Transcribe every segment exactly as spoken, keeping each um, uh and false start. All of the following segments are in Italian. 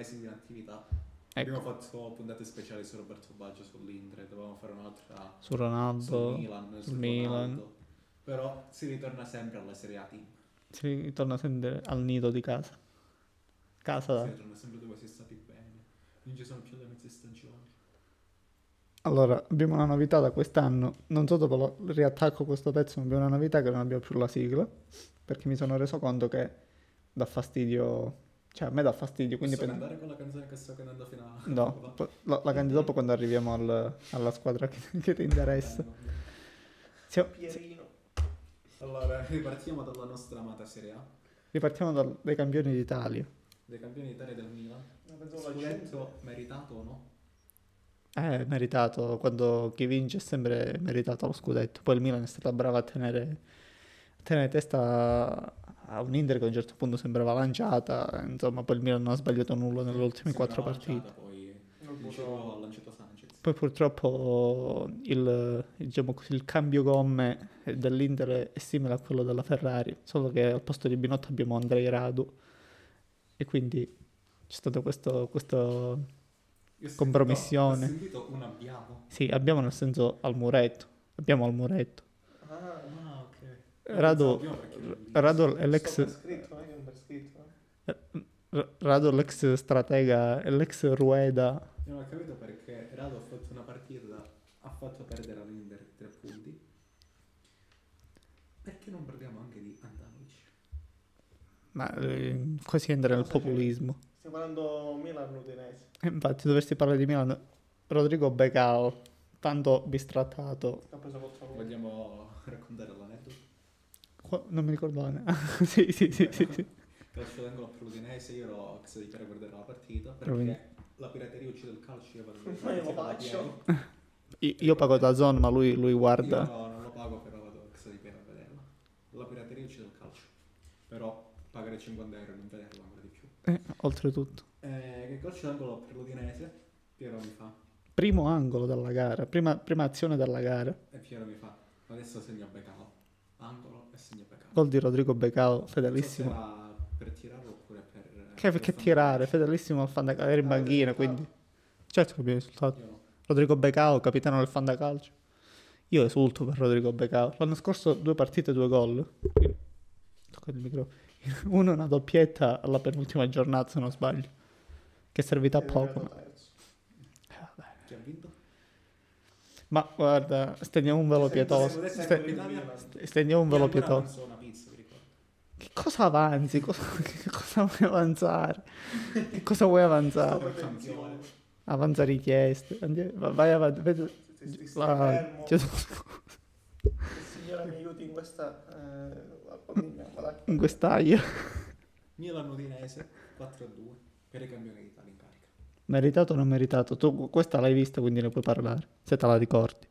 mesi di inattività. Ecco. Abbiamo fatto puntate speciali su Roberto Baggio, sull'Inter, dovevamo fare un'altra Su Ronaldo, sul Milan, sul sul Milan. Ronaldo. Però si ritorna sempre alla Serie A team. Si ritorna sempre al nido di casa. Casa. Si ritorna sempre dove si è stati bene. Non ci sono più le mezze stagioni. Allora, abbiamo una novità da quest'anno. Non so, dopo lo riattacco questo pezzo, ma abbiamo una novità che non abbiamo più la sigla. Perché mi sono reso conto che dà fastidio. Cioè, a me dà fastidio. Quindi Posso pen- andare con la canzone che sto cantando fino a... No, po- la, la canti dopo quando arriviamo al- alla squadra che, che ti interessa. Siamo- Pierino. Allora, ripartiamo dalla nostra amata Serie A. ripartiamo dal- dai campioni d'Italia. Dei campioni d'Italia del Milan. Non pensavo alla Scudetto meritato o no? È meritato, quando chi vince è sempre meritato lo scudetto. Poi il Milan è stata brava a tenere, a tenere testa a un Inter che a un certo punto sembrava lanciata. Insomma, poi il Milan non ha sbagliato nulla nelle ultime Sembra quattro lanciata, partite. Poi Non il giro ha lanciato Sanchez. Poi purtroppo il, diciamo così, il cambio gomme dell'Inter è simile a quello della Ferrari, solo che al posto di Binotto abbiamo Andrei Radu e quindi c'è stato questo, questo Io ho sentito- compromissione. Ho sentito un abbiamo. Sì, abbiamo nel senso al muretto, abbiamo al muretto. Ah, Ah, ok. Radu, Abbiamo perché ero lì. Radu è sto l'ex, per scritto, non è che è per scritto. R- Radu è l'ex stratega, è l'ex Rueda. Io non ho capito perché Rado ha fatto una partita, ha fatto perdere all'Inter tre punti. Perché non parliamo anche di Andanovic? Ma eh, così entra nel Cosa c'è? populismo. Stiamo parlando Milan-Udinese. E infatti dovresti parlare di Milano. Rodrigo Becao, tanto bistrattato. Che ha preso quattro gol. Vogliamo raccontare l'aneddoto? Qua- non mi ricordo la ne- sì, sì, sì, sì, sì. Calcio d'angolo per l'Udinese, io ero a casa di Chiara a guardare la partita perché Quindi- la pirateria uccide il calcio, io vado a Ma io lo vedere la faccio. Piero. Io, io pago da zone, ma lui, lui Io guarda. no, non lo pago, però vado a casa di Piero a vederla. La pirateria uccide il calcio, però pagare cinquanta euro e non vederla ancora di più. Eh, oltretutto. Eh, che calcio d'angolo per l'Udinese? Piero mi fa, Primo angolo della gara, prima, prima azione della gara. e Piero mi fa, adesso segna Becao. Angolo e segna Becao. Gol di Rodrigo Becao, Non so se fedelissimo. era per tirarlo oppure per... Che, per che far- tirare, fedelissimo al fandacalcio. Era in Ah, banchina, risultato. quindi. Certo che abbiamo risultato. Io no. Rodrigo Becao, capitano del fandacalcio. Io esulto per Rodrigo Becao. L'anno scorso due partite, due gol. Tocca il microfono. Uno una doppietta alla penultima giornata, se non sbaglio. Che è servita a Ed è poco. arrivato terzo. Eh, vabbè. Chi ha vinto? Ma guarda, stendiamo un velo Se- pietoso. se- Ste- sempre Italia- il Milan. St- Stendiamo un velo Io ancora pietoso. avanzo una pizza, vi ricordo. Che cosa avanzi? Cosa, che cosa vuoi avanzare? Che cosa vuoi Sto avanzare? per Campione. pensione. Avanza richieste. Andi- va- vai avanti. Vedi- Se stai la- fermo. Gesù, scusa. Il Signore mi aiuti in questa... Eh, guarda. In quest'aia. Milan Udinese quattro a due per i campioni d'Italia in carica. Meritato o non meritato? Tu questa l'hai vista, quindi ne puoi parlare. Se te la ricordi.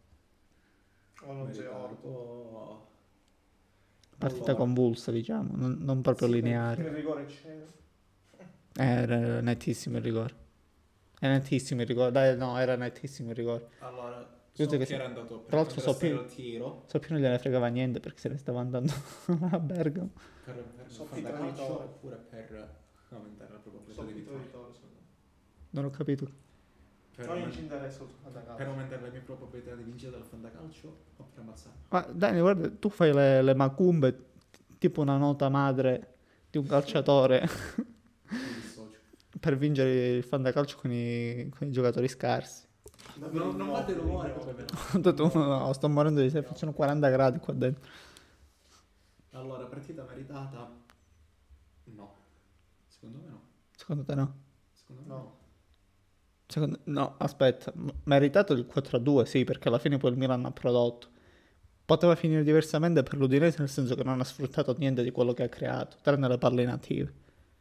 O non sei orco. Meritato. Partita Allora, convulsa, diciamo. Non, non proprio Sì, lineare. perché il rigore c'era. Eh, Era nettissimo il rigore. È nettissimo il rigore. Dai, no, era nettissimo il rigore. Allora, Scusa so che che si- era andato per tra l'altro so contrastare più- il tiro So più non gliene fregava niente perché se ne stava andando a Bergamo. per, per So fare più calcio traditore. oppure per aumentare la probabilità Sto di vittoria. vittorio, secondo me. Non ho capito. Per, Non aument- ci interessa il fantacalcio. per aumentare le mie probabilità di vincere dal fantacalcio oppure ammazzarmi. Ma Dani, guarda, tu fai le, le macumbe tipo una nota madre di un calciatore Mi dissocio. per vincere il fantacalcio con i, con i giocatori scarsi. Non, non fate rumore, vabbè, però. Ho detto, no, no, sto morendo di sé, facciano quaranta gradi qua dentro. Allora, partita meritata? No. Secondo me no. Secondo te no? Secondo me No. no. Secondo- no, aspetta, m- meritato il quattro a due, sì, perché alla fine poi il Milan ha prodotto. Poteva finire diversamente per l'Udinese, nel senso che non ha sfruttato niente di quello che ha creato, tranne le palle inattive.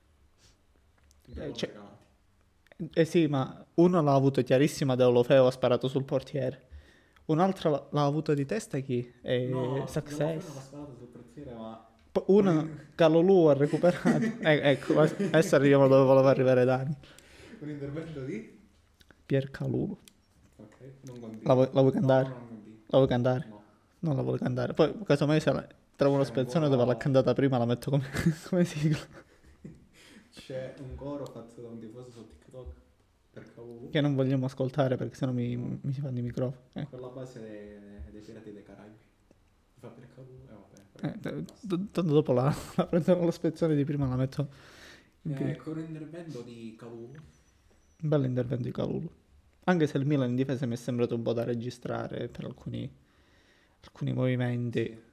Abbiamo cioè- regalati. Eh sì, ma uno l'ha avuto chiarissima da Olofeo, ha sparato sul portiere. Un'altra l'ha l'ha avuto di testa chi? Eh, No, Deulofeu non Success. ha sparato sul portiere, ma Poi una Calulu ha recuperato. Eh, ecco, adesso arriviamo dove voleva arrivare Dani. un intervento di... Pier Calulu. Ok, non condivido. La vuoi, la vuoi No, cantare? no, non condivido. La vuoi cantare? No. Non la vuole cantare. Poi, casomai, se la trovo una Sei un spezzone po'- dove l'ha cantata prima, la metto come, come sigla. C'è un coro fatto da un tifoso su TikTok per Cavù. Che non vogliamo ascoltare perché sennò mi, mi si fanno i microfoni. Eh. Con la base dei, dei Pirati dei Caraibi. Fa per Cavù e Eh, vabbè. t- t- tanto dopo la, la prendono l'ispezione di prima, la metto in piedi. Eh, con l'intervento di Cavù. Un bel intervento di Calulu. Anche se il Milan in difesa mi è sembrato un po' da registrare per alcuni, alcuni movimenti.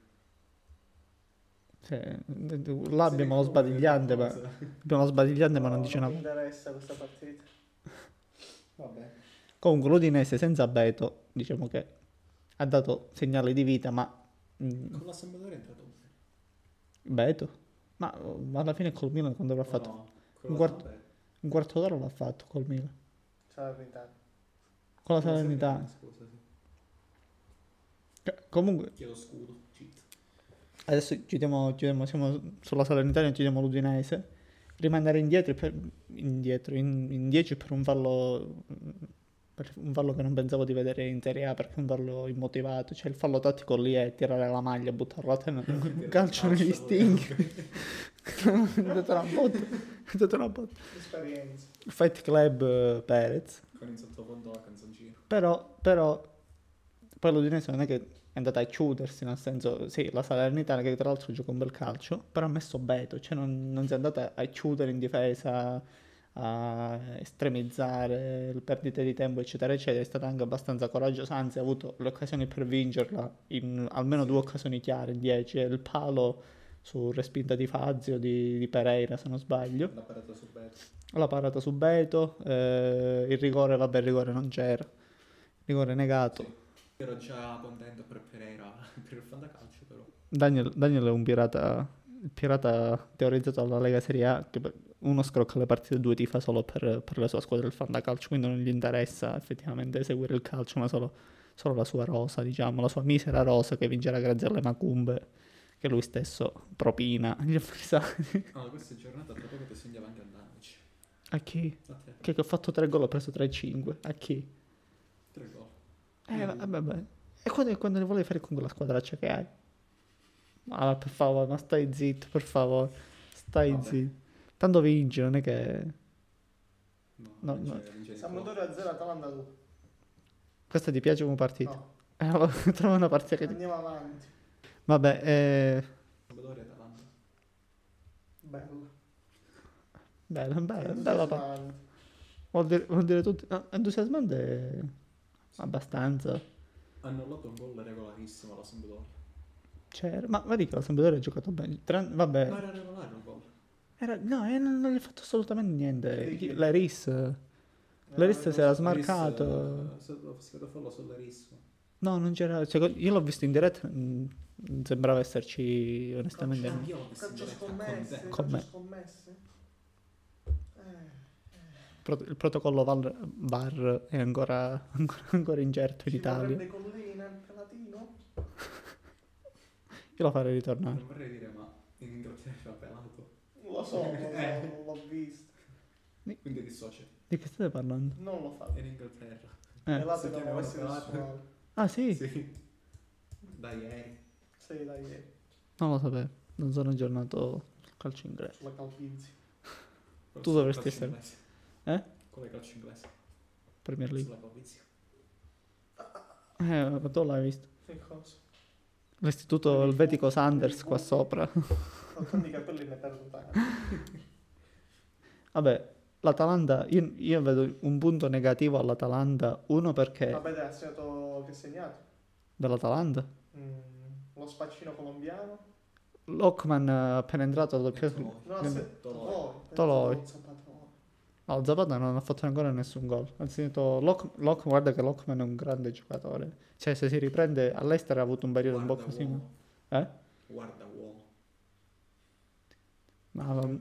Cioè, là abbiamo lo sbadigliante, ma, abbiamo lo sbadigliante, ma non dice Non mi una... interessa questa partita. Vabbè. Comunque l'Udinese senza Beto, diciamo che ha dato segnali di vita, ma... mm, Con la Sampdoria è entrato bene. Beto? Ma, ma alla fine col Milan quando avrà O fatto? no, con Un la quarto, Sampdoria. un quarto d'ora l'ha fatto col Milan. Salernitana. Con la Con la Salernitana. Scusa, sì. Che- Comunque, Chiedo scudo. Cheat. adesso chiudiamo, chiudiamo, siamo sulla Salernitana e chiudiamo l'Udinese. Rimandare indietro, per, indietro in, in dieci per un fallo, per un fallo che non pensavo di vedere in Serie A perché è un fallo immotivato. Cioè il fallo tattico lì è tirare la maglia, buttarla a terra, un calcio negli stinghi. È stata una botta. È stata una botta. Esperienza. Fight Club eh, Perez. Con in sottofondo la canzoncina. Però, però, poi l'Udinese non è che è andata a chiudersi, nel senso, sì, la Salernitana che tra l'altro gioca un bel calcio, però ha messo Beto, cioè non, non si è andata a chiudere in difesa, a estremizzare le perdite di tempo, eccetera, eccetera, è stata anche abbastanza coraggiosa, anzi ha avuto le occasioni per vincerla, in almeno due occasioni chiare, in dieci, e il palo su respinta di Fazio, di, di Pereira, se non sbaglio. L'ha parato su Beto. La parata su Beto, eh, il rigore, vabbè, il rigore non c'era, rigore negato. Sì. Ero già contento per Pereira, per il fantacalcio però. Daniel, Daniel è un pirata, il pirata teorizzato dalla Lega Serie A, che per- uno scrocca le partite, due tifa solo per, per la sua squadra del fantacalcio, quindi non gli interessa effettivamente seguire il calcio, ma solo, solo la sua rosa, diciamo, la sua misera rosa che vincerà grazie alle macumbe che lui stesso propina agli avversari. Allora, questa giornata tra poco ti segnava anche Andanovic. A chi? A te. Che, che ho fatto tre gol, ho preso tre cinque. A chi? Tre gol. Eh, va- vabbè. E quando, quando ne vuole fare con quella squadraccia che hai? Ma per favore, ma stai zitto, per favore. Stai Vabbè. zitto. Tanto vinci, non è che... No, No, vince- no. vince di Sampdoria a zero, Atalanta due. Questa ti piace come partita? No, Eh, allora trovo una partita che ti... andiamo avanti. Vabbè, eh... Sampdoria e Atalanta. Bello. Bella, bella, bella partita. Entusiasmante. Vuol dire, vuol dire tutto... No, entusiasmante... Abbastanza. Ha annullato un gol regolarissimo la Sampdoria. C'era... Ma vedi che la Sampdoria ha giocato bene. Tran- Vabbè... Ma era regolare un gol. Era... No, eh, non, non gli ha fatto assolutamente niente. Chi? La Ris... La Ris si era smarcato. Ris, eh, si vede fallo sulla Ris. No, non c'era... Cioè, io l'ho visto in diretta, mm, non sembrava esserci onestamente... Ah, io l'ho visto in Calcio diretta scommesse, con te. Con calcio me. scommesse. Eh, Pro- il protocollo VAR, VAR è ancora, ancora, ancora incerto in ci Italia. vorrebbe collina il pelatino? Io lo farei ritornare. Non vorrei dire, ma in Inghilterra ha pelato. Lo so, lo so, l'ho visto. Quindi dissocia. Di che state parlando? Non lo fa. In Inghilterra. Eh. Pelato Si da chiamava essere pelato. sessuale. Ah sì? Sì. Da ieri. Sei da ieri, Non lo sapevo. Non sono aggiornato sul calcio inglese. sulla Calpinzi. Tu dovresti Calcio essere- inglese. Eh? Con le calcio inglese. Premier League. Sulla Pavizia. Eh, ma tu l'hai visto. Che cosa? L'istituto elvetico Sanders qua sopra. Ho tanti capelli ne perdo tanti. Vabbè, l'Atalanta, io, io vedo un punto negativo all'Atalanta. Uno perché... Vabbè, dai, ha segnato che ha segnato? Dell'Atalanta? Mm, lo spaccino colombiano? Lockman eh, appena entrato ha doppiato... Toloi. No, Nel- se... Toloi. Toloi. Zappatori. No, Zapata non ha fatto ancora nessun gol. Ha segnato Lock, Lock- guarda che Lockman è un grande giocatore. Cioè, se si riprende all'estero ha avuto un periodo un po' Guarda così. ma- uomo. Eh? Guarda uomo. No, non-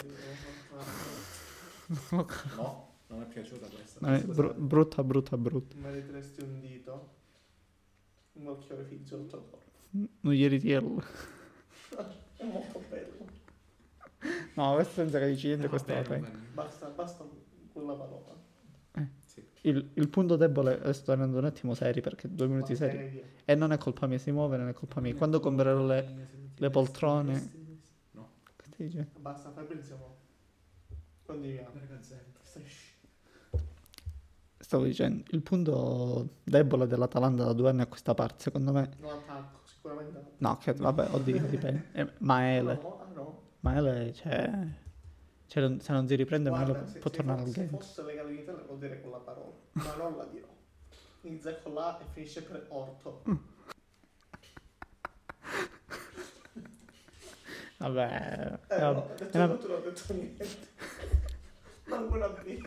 No, non è piaciuta questa. no, è Scusate. bru- brutta, brutta, brutta. Meriteresti un dito. Un occhio fizzotto. Non gli ritiello. È molto bello. No, questo senza che dici niente, Eh, questo vabbè, va bene. va bene. Basta, basta quella parola. Sì. Il, il punto debole, adesso sto andando un attimo seri perché due minuti Basta, seri. vieni via. E non è colpa mia, si muove, non è colpa mia. Quando comprerò le... le poltrone- No. Che ti dice? Basta, Fabrizio. mo. Continuiamo. Le gazzette. Strisci. Stavo dicendo, il punto debole dell'Atalanta da due anni a questa parte, secondo me... Non attacco, sicuramente no. No, che, vabbè, oddio, dipende. Eh, Maele. No, ah no. Maele, cioè... cioè, non- se non si riprende Guarda, Maele se, può se tornare fo- al se game. fosse legale in Italia lo direi con la parola, ma non la dirò. Inizia con la e finisce per orto. Vabbè... Eh, eh, no, vabbè. ho detto Eh, no, tu non ho detto niente. Manco una B.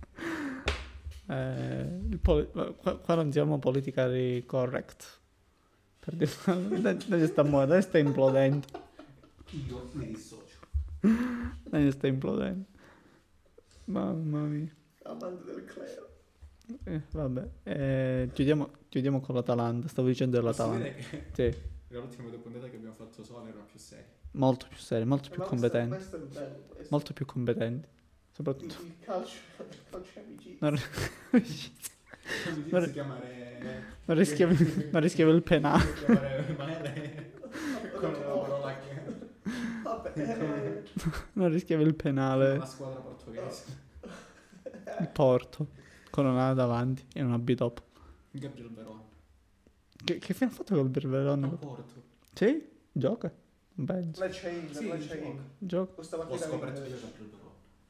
Eh, il poli- qua, qua non siamo politically correct. Per dire, dai, dai, sta muovendo, dai, sta implodendo. Io mi dissocio. Dai, sta implodendo. Mamma mia. Amante del clero. Eh, vabbè, eh, chiudiamo, chiudiamo con l'Atalanta. Stavo dicendo Posso dell'Atalanta. dire che Sì, l'ultima due puntate che abbiamo fatto solo erano più serie. molto più serio, molto Eh, più ma competenti. Questo, questo è bello. Questo. Molto più competenti. Il, Soprattutto. il calcio, il calcio è amicizia. Non, Mi Non- si chiamare... non rischiavi, non rischiavi il penale. Si chiamare Maele con una parola che... Vabbè, eh, Non rischiavi il penale. Una squadra portoghese. Il Porto. Con una A davanti e una B dopo. Gabriel Veron. Che, che fine ha fatto col Berverone? No, Porto. Sì? Gioca? Non penso. Lecce Inter, Sì, Lecce gioca. Inter. Gioca. Questa L'ho partita scoperto io vince. Gabriel Veron.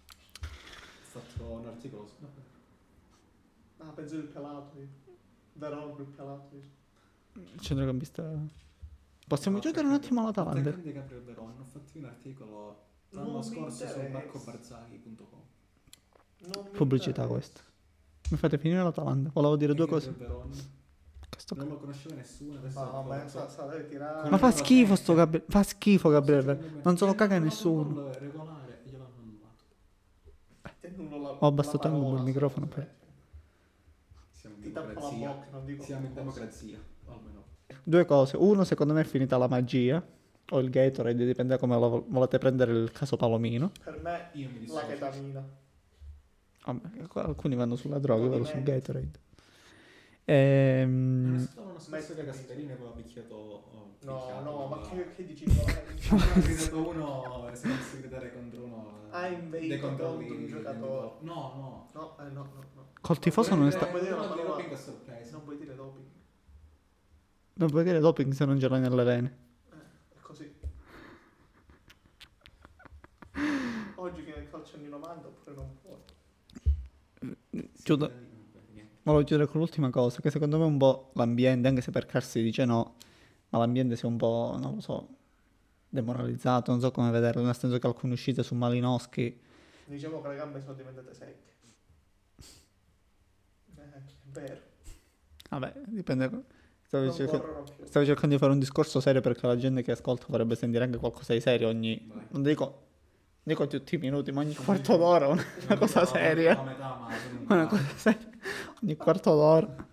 Ho fatto un articolo su... no. Ah, penso il pelato. io. Verona più pelato. io. Il centrocampista. Possiamo No, chiudere un attaccante- attimo l'Atalanta? attaccante di Gabriel Veron. Ho fatto io un articolo l'anno Non mi scorso su interessa. marco barzaghi punto com. Non mi Pubblicità interessa. questa. Mi fate finire l'Atalanta? Volevo dire due cose. Gabriel Veron. Questo Non lo conosceva nessuno. Adesso No, è ma forte. sa, sa, deve tirare. Ma fa Con- schifo sto Gabriele. Fa schifo Gabriele. Secondo me- Non se lo Gli caga hanno nessuno. dato un gol regolare e glielo hanno annullato. E non la- Ho abbassato la anche parola, il microfono, secondo me. Siamo in Ti tappo la democrazia. bocca, non dico Siamo in cosa. democrazia. O almeno. Due cose. Uno, secondo me è finita la magia. O il Gatorade, dipende da come lo volete prendere il caso Palomino. Per me Io mi la dissocio. ketamina. Vabbè, qua alcuni vanno sulla droga, io vado sul Movimenti. Gatorade. Non Ehm, è stato uno stesso che Gasperini aveva picchiato. oh, No, picchiato, no, ma aveva- che, che dici? No, Ha gridato uno, si è messo a gridare contro uno. Ha invaito dei controlli contro un di- giocatore. No, no. No, eh, no, no, no. col tifoso non è stato... Non puoi dire Uno la di parola. doping a sorpresa. Non puoi dire doping. Non puoi dire doping se non ce l'hai nelle vene. Eh, è così. Oggi che nel calcio anni novanta oppure non puoi. Chiudo. Sì, niente. Volevo chiudere con l'ultima cosa, che secondo me un po' l'ambiente, anche se per Carsi dice no, ma l'ambiente si è un po', non lo so, demoralizzato, non so come vederlo, nel senso che alcune uscite su Malinowski, Diciamo che le gambe sono diventate secche. Eh, è vero. vabbè, dipende. Stavo, Non cerca- corrono più. stavo cercando di fare un discorso serio perché la gente che ascolta vorrebbe sentire anche qualcosa di serio ogni, Vai. non dico, dico tutti i minuti, ma ogni quarto d'ora una, una cosa seria. A metà, ma sono un Una po'. cosa seria, ogni quarto d'ora.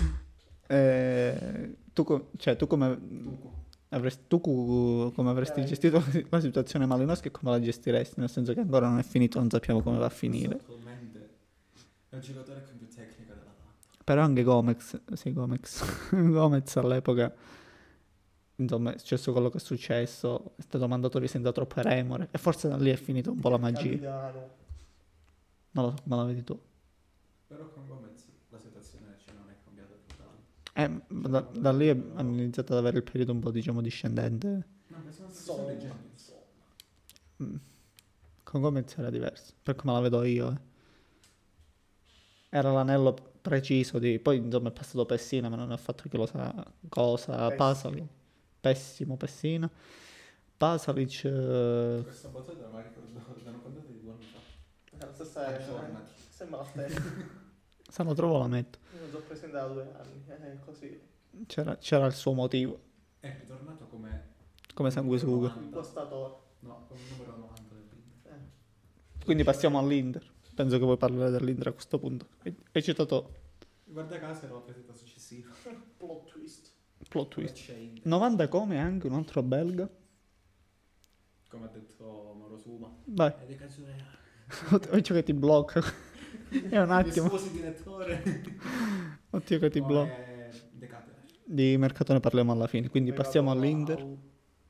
Eh, tu, co- cioè, tu come Tuco. avresti, tu cu- come avresti Eh. gestito la situazione Malinowski e come la gestiresti? Nel senso che ancora non è finito, non sappiamo come va a finire. Attualmente è un giocatore con più tecnica della Tata. Però anche Gomez, sì, Gomez, Gomez all'epoca, insomma, è successo quello che è successo, è stato mandato via senza troppe remore e forse da lì è finita un po' la magia. Capitano. Non lo so, ma la vedi tu. Però con Gomez la situazione cioè, non è cambiata più tanto. Eh, da, da lì è- hanno iniziato ad avere il periodo un po', diciamo, discendente. No, ma sono Insomma, sono leggende. insomma. Mm. Con Gomez era diverso, per come la vedo io. eh. Era l'anello preciso di... Poi insomma è passato Pessina, ma non ha fatto chi lo sa cosa. Pessimo. Pasalic, pessimo Pessina. Pasalic... eh, Questa battuta me la ricordo da una puntata di due anni fa. È la stessa... Aggiornati. Sembra la stessa. se lo trovo la metto. Io non sono presente da due anni. È così. C'era, c'era il suo motivo, È ritornato come... come sanguisuga. Il postatore. No, come numero novanta del film. Eh. Quindi passiamo all'Inter. Penso che vuoi parlare dell'Inter a questo punto. Hai hai citato Guarda caso era la partita successiva. Plot twist. plot twist. Shade. novanta come anche un altro belga. Come ha detto Mauro Suma. Vai, E di cazzo è... occhio che ti blocca. È un Mi attimo. scusi direttore. Occhio che ti No, blocca. è De Catere. Di mercato ne parliamo alla fine, quindi Arrivato passiamo a- all'Inter. au-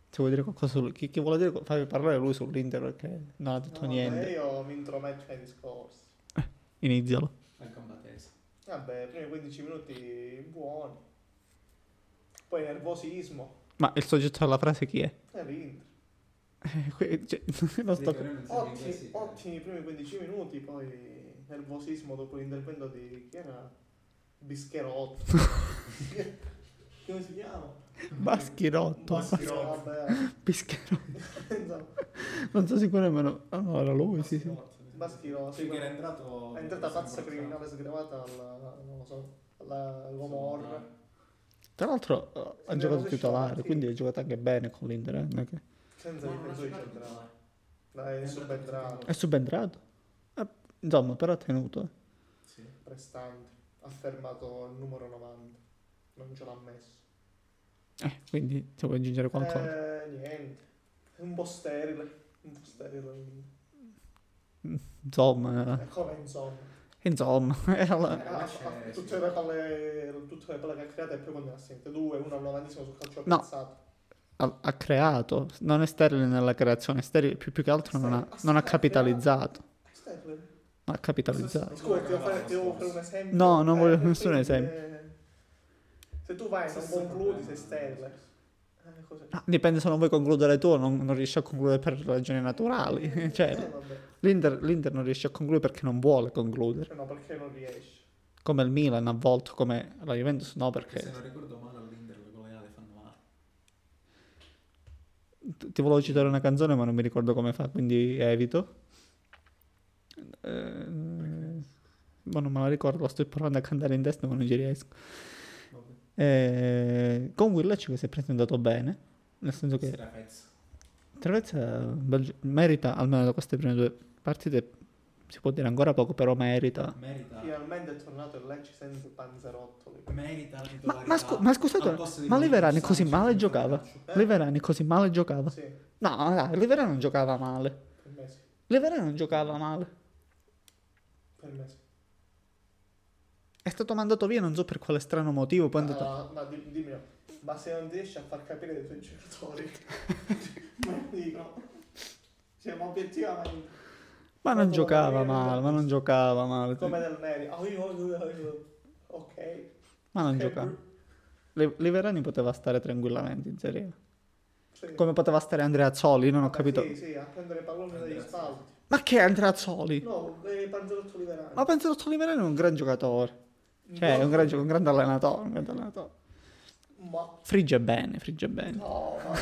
Se vuoi dire qualcosa sul... Chi, chi vuole dire... Fammi parlare lui sull'Inter perché non ha detto No, niente. vabbè, io mi intrometto nei discorsi. Inizialo. A gamba tesa. Vabbè, i primi quindici minuti buoni. Poi nervosismo. Ma il soggetto della frase chi è? E l'Inter. Eh, que- cioè, non sto... Dico, noi non siamo Ottimi, inglesi, eh. ottimi i primi quindici minuti, poi nervosismo dopo l'intervento di... chi era? Bischierotto. Come si chiama? Baschirotto. Baschirotto, vabbè. Pischero. Insomma, Non so sicuro nemmeno... Ah no, era lui, sì, sì. Baschirotto. Sì, che era entrato... È entrata pazza criminale sgravata alla... non lo so, alla Gomorra. Tra l'altro eh, ha Sì, giocato non titolare, sì. quindi ha giocato anche bene con l'Inter. eh, non è che- Senza No, non ha difensori giocato centrali. titolare. Dai, è È subentrato. È subentrato. Eh, insomma, però ha tenuto. eh. Sì. Prestante. Ha fermato il numero novanta. Non ce l'ha messo. Eh, quindi se vuoi aggiungere qualcosa. Eh, niente. È un po' sterile. Un po' sterile. Insomma, E come insomma. eh, insomma, era Eh, la- ha- c'è- ha- sì. tutte le palle, tutte le palle che ha creato e poi quando ne ha sentite due, una al novantesimo sul calcio No. piazzato. ha, ha creato, non è sterile nella creazione, è sterile più, più che altro non ha, non ha capitalizzato. È sterile. Non ha capitalizzato. Scusa, ti devo fare, ti devo fare un esempio. No, non voglio Eh, nessun quindi, esempio. eh, Se tu vai e non concludi, sei sterile. Eh, così. Ah, dipende se non vuoi concludere tu, non, non riesci a concludere per ragioni naturali. Eh, Cioè, vabbè. l'Inter, l'Inter non riesce a concludere perché non vuole concludere. Eh, no, perché non riesci? Come il Milan a volte, come la Juventus no, Perché se perché... non ricordo male all'Inter le goleade fanno male. Ti volevo citare una canzone ma non mi ricordo come fa, quindi evito. Eh, ma non me la ricordo, la sto provando a cantare in testa ma non ci riesco. Vabbè. Eh, con Willac che si è presentato bene, nel senso che Strafezza. Travezza è un bel gio- merita, almeno da queste prime due partite, si può dire ancora poco, però merita. Merita. Finalmente è tornato il Lecce senza panzerottoli. Merita la Ma, titolarità. ma, scu- ma scusate, al posto di ma Liverani Sanchez così che male fa giocava? calcio. Eh? Liverani così male giocava? Sì, No, dai, Liverani non giocava male. per me sì. Liverani non giocava male. Per me sì. È stato mandato via, non so per quale strano motivo. Poi è andato... Ma, ma di- dimmi, no, ma se non riesci a far capire ai tuoi giocatori, ma dico, cioè, ma obiettivamente, Ma non quando giocava va bene, male, ma non giocava male. come del Neri, oh, io, io, io, io. Ok. Ma non Ok, giocava. br- Li- Liverani poteva stare tranquillamente in Serie A. sì. Come poteva stare Andreazzoli, non ho Vabbè, capito. Sì, sì, a prendere palloni dagli Andrea spalti. Ma che Andreazzoli? No, eh, Panzerotto Liverani. Ma penso che Liverani è un gran giocatore. Cioè, è un, gran, gio- un grande allenatore, un grande allenatore. Ma... Frigge bene, frigge bene. No, ma...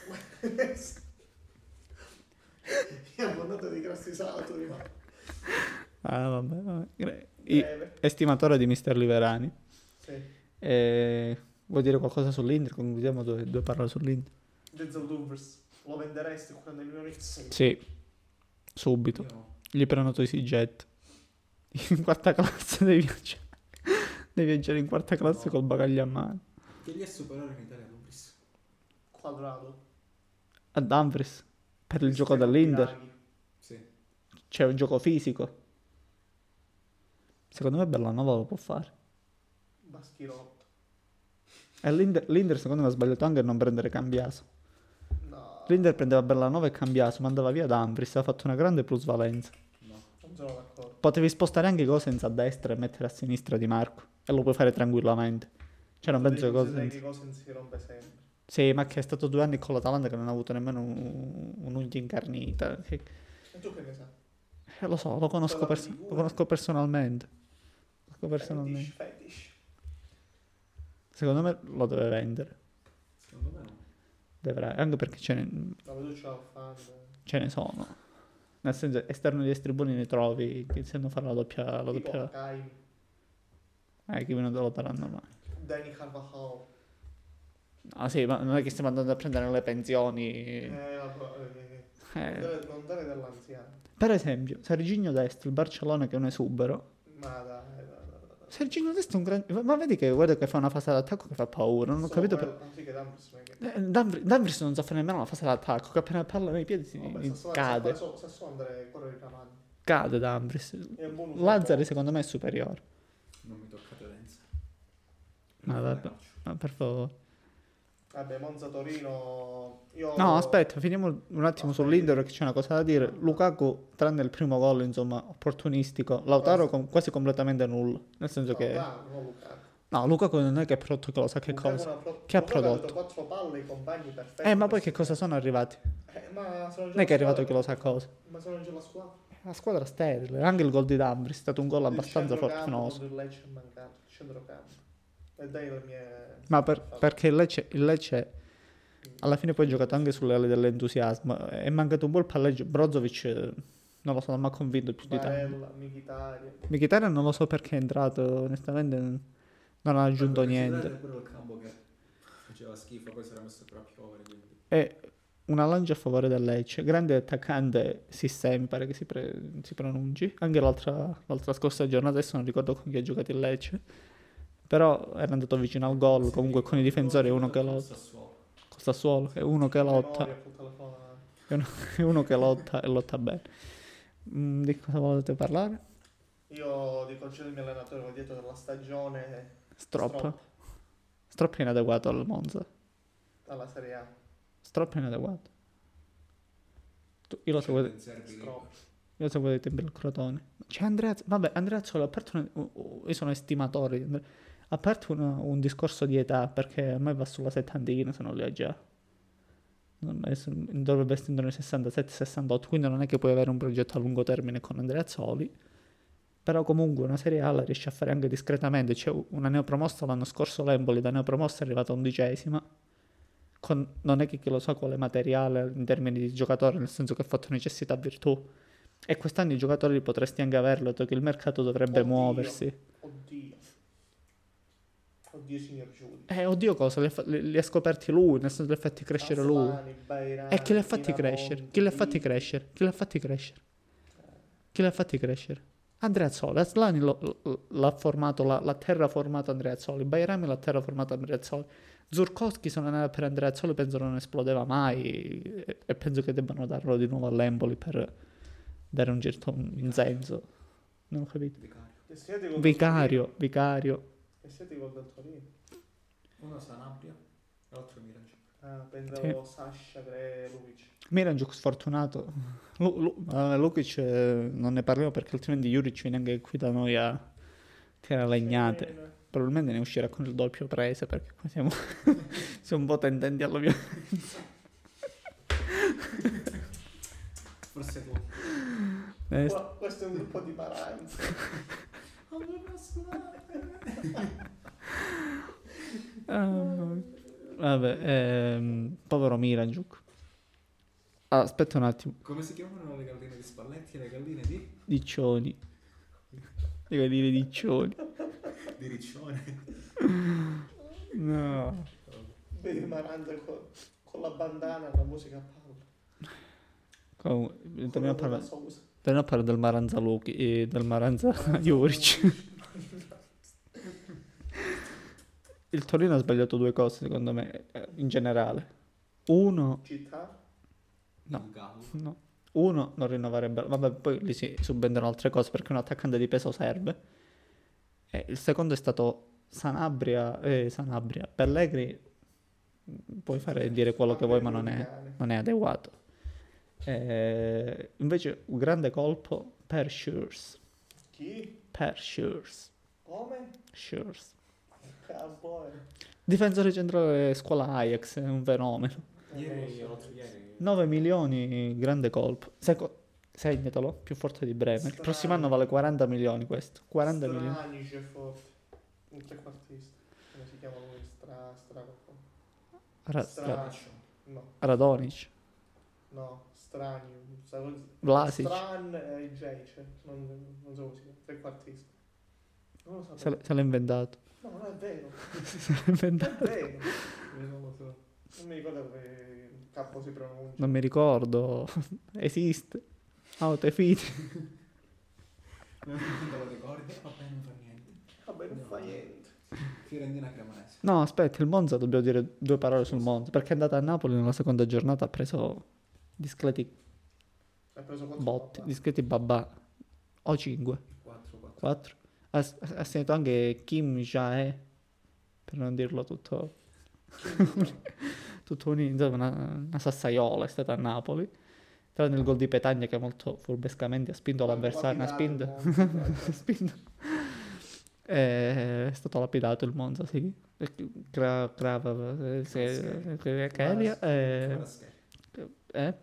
Io ho mandato di grossi salti, ma... Ah, vabbè, vabbè. Gra- I- Breve. estimatore di mister Liverani. Sì. Eh, vuoi dire qualcosa sull'Inter? Concludiamo due, due parole sull'Inter. Denzel Dumfries, lo venderesti quaranta milioni? Sì. Sì, subito. Io Gli prenoto EasyJet. In quarta classe devi viaggiare. Devi viaggiare in quarta classe No. col bagaglio a mano. Che gli è superiore in Italia Dumfries. Quadrato. A Dumfries. Per il gioco dell'Inter. Piraghi. Sì. C'è un gioco fisico. Secondo me Bellanova lo può fare. Baschirotto. E l'Inter, l'Inter secondo me ha sbagliato anche a non prendere Cambiaso. No. L'Inter prendeva Bellanova e Cambiaso, mandava via Dumfries, ha fatto una grande plusvalenza. No. Non sono d'accordo. Potevi spostare anche Gosens a destra e mettere a sinistra Di Marco. E lo puoi fare tranquillamente. Cioè non penso che Così Gosens... Gosens si rompe sempre. Sì, ma che è stato due anni con l'Atalanta che non ha avuto nemmeno un- un'unghia incarnita. Che- E tu che ne sai? eh, lo so, lo conosco, Quella pers- figura. lo conosco personalmente. Lo conosco personalmente. Fetish, fetish. Secondo me lo deve vendere. Secondo me no. Dovrà- anche perché ce ne, No, ma tu ce l'ho fatto. ce ne sono. Nel senso, esterno di estribuni ne trovi che sanno fare la doppia... La Tipo doppia... Kai, Eh, chi me lo daranno mai. Danny Carvajal. Ah sì, ma non è che stiamo andando a prendere le pensioni. Eh, vabbè, eh, Eh, non dare- non dare dell'anziano. per esempio, Serginho Dest, il Barcellona che è un esubero. Ma dai, dai, dai, dai. Serginho Dest è un gran... Ma vedi che guarda che fa una fase d'attacco che fa paura. Non ho Solo capito per... quello, anziché Dumfries, non è che- Eh, Dumfries Dumfries non sa fare nemmeno la fase d'attacco, che appena palla nei piedi si Vabbè, sa solo- cade. sa solo- sa solo andare a correre i cavalli. Cade Dumfries. È un bonus Lazzari un po'. secondo me è superiore. Non mi toccate Lenza. Ma Non vabbè. calcio. Ma per favore. Vabbè, Monza Torino. Io. No, aspetta, finiamo un attimo Aspetta. sull'Inter perché c'è una cosa da dire. Lukaku, tranne il primo gol, insomma, opportunistico. Lautaro com- quasi completamente nullo. Nel senso No, che... dai, no, Lukaku. No, Lukaku non è che ha prodotto che lo sa che Lukaku cosa. non ha pro- Che ha Lukaku prodotto? dato quattro palle ai compagni perfetti. Eh, ma poi per che cosa sono arrivati? Eh, ma sono Non è che è arrivato che lo sa cosa. Ma sono già la squadra. La squadra sterile, anche il gol di Dabri è stato un gol Il abbastanza centrocampo fortunoso. contro il Lecce è mancato. Il centrocampo. E dai le mie. Ma per- perché il Lecce, il Lecce alla fine poi ha giocato anche sulle ali dell'entusiasmo. È mancato un po' il palleggio. Brozovic, eh, non lo so, non mi ha convinto più di tanto. Barella, Mkhitaryan. Mkhitaryan non lo so perché è entrato, onestamente non ha aggiunto Perché niente. considerate pure il campo che faceva schifo, poi si era messo ancora a piovere, quindi... È una lancia a favore del Lecce. Grande attaccante Sissé, mi pare che si, pre- si pronunci. Anche l'altra, l'altra scorsa giornata, adesso non ricordo con chi ha giocato il Lecce. Però era andato vicino al gol, comunque con i difensori è uno che lotta. Con Sassuolo, è uno che lotta. Memoria sul telefono. È uno, è uno che lotta e lotta bene. Mm, di cosa volete parlare? Io dico il mio allenatore ho detto della stagione Strop. Strop è inadeguato al Monza. alla Serie A. Strop è inadeguato. Tu- Io lo seguo, io Strop. lo seguo dai tempi del Crotone. C'è Andrea, vabbè, Andrea Zola, ha aperto un- uh, uh, io sono estimatore di Andrea- ha aperto una- un discorso di età perché a me va sulla settantina se non li ha già. Non è- dovrebbe essere nei sessantasette sessantotto, quindi non è che puoi avere un progetto a lungo termine con Andrea Zoli. Però comunque una Serie A la riesce a fare anche discretamente. C'è una neopromossa l'anno scorso, l'Empoli da neopromossa è arrivata undicesima. Con, non è che chi lo sa quale materiale in termini di giocatori, nel senso che ha fatto necessità virtù. E quest'anno i giocatori li potresti anche averlo, dato che il mercato dovrebbe Oddio. muoversi. Oddio. Oddio signor giudice. Eh, oddio cosa, li ha, fa- li- li ha scoperti lui, nel senso li ha fatti crescere lui. Aslani, Bairami, E chi li ha fatti Pinamonti, crescere? Chi li ha fatti Lì. crescere? Chi li ha fatti crescere? Chi li ha fatti crescere? Andrea Zoli. Aslani lo- lo- l'ha formato, l'ha, l'ha terraformato Andrea Zoli. Bairami l'ha terraformato Andrea Zoli. Zurkowski se non era per Andrea Zoli penso non esplodeva mai e, e penso che debbano darlo di nuovo all'Empoli per dare un certo in senso. Non ho capito. Vicario. E siete col Vicario, vicario. Torino? E siete col del Torino? Uno Sanabria e l'altro Miranci. Ah, pensavo Sasha, Gre, Lukic. Miranchuk sfortunato. Lu- Lu- eh, Lukic eh, non ne parliamo perché altrimenti Juric viene anche qui da noi a tirare legnate. Bene. Probabilmente ne uscirà con il doppio prese perché qua siamo, siamo un po' tendenti alla violenza. Forse tu. Eh, Qua- Questo è un gruppo di paranzi. ah, vabbè, ehm, povero Miranchuk. Ah, aspetta un attimo. Come si chiamano le galline di Spalletti e le galline di? Diccioni. Devo dire diccioni. Di Riccione. No. Vedi Maranza con, con la bandana e la musica a palla. Comunque, torniamo a parlare, Sousa. torniamo a parlare del Maranza Luki e del Maranza Juric. Il Torino ha sbagliato due cose, secondo me, eh, in generale. Uno, Città. No. Il Gallo. no. Uno, non rinnoverebbe. Vabbè, poi lì si subentrano altre cose perché un attaccante di peso serve. E il secondo è stato Sanabria. Eh, Sanabria. Pellegrini, mh, puoi fare e dire quello che vuoi, ma non è, non è adeguato. Eh, invece, un grande colpo per Schurz. Chi? Per Schurz. Come? Schurz. Cowboy. Difensore centrale scuola Ajax, è un fenomeno. Ieri, l'altro ieri. nove milioni, grande colpo. Seco- segnatelo, più forte di Bremer. Il prossimo anno vale quaranta milioni questo. quaranta milioni. Stranice forte. Un trequartista. Come si chiama lui? Stra... Stra... qualcosa. Ra- Stra... Ra- No. Radonic. No. Strani. Sa- Vlasic. Stran e Jaice. Non, non so come si chiama. Trequartista. Non lo Se, sapevo. l- se l'ha inventato. No, non è vero. Se l'ha Non inventato. è vero. Non lo so. Non mi ricordo come il capo si pronuncia. Non mi ricordo. Esiste. Autofiti. Non te lo ricordi? Vabbè, non fa niente. Vabbè, non fa niente. Fiorentina Cremonese. No, aspetta, il Monza dobbiamo dire due parole sul Monza. Perché è andata a Napoli nella seconda giornata, ha preso discreti Ha preso quattro botti, papà. discreti babà. O cinque, quattro quattro. quattro. Ha, ha segnato anche Kim Jae, per non dirlo tutto. Tutto unito, una, una sassaiola è stata a Napoli. Tranne il gol di Petagna che molto furbescamente ha spinto l'avversario, ha spinto, ha spinto. È stato lapidato il Monza, sì. Gra- grava, eh, se- che- Kelia, eh, eh,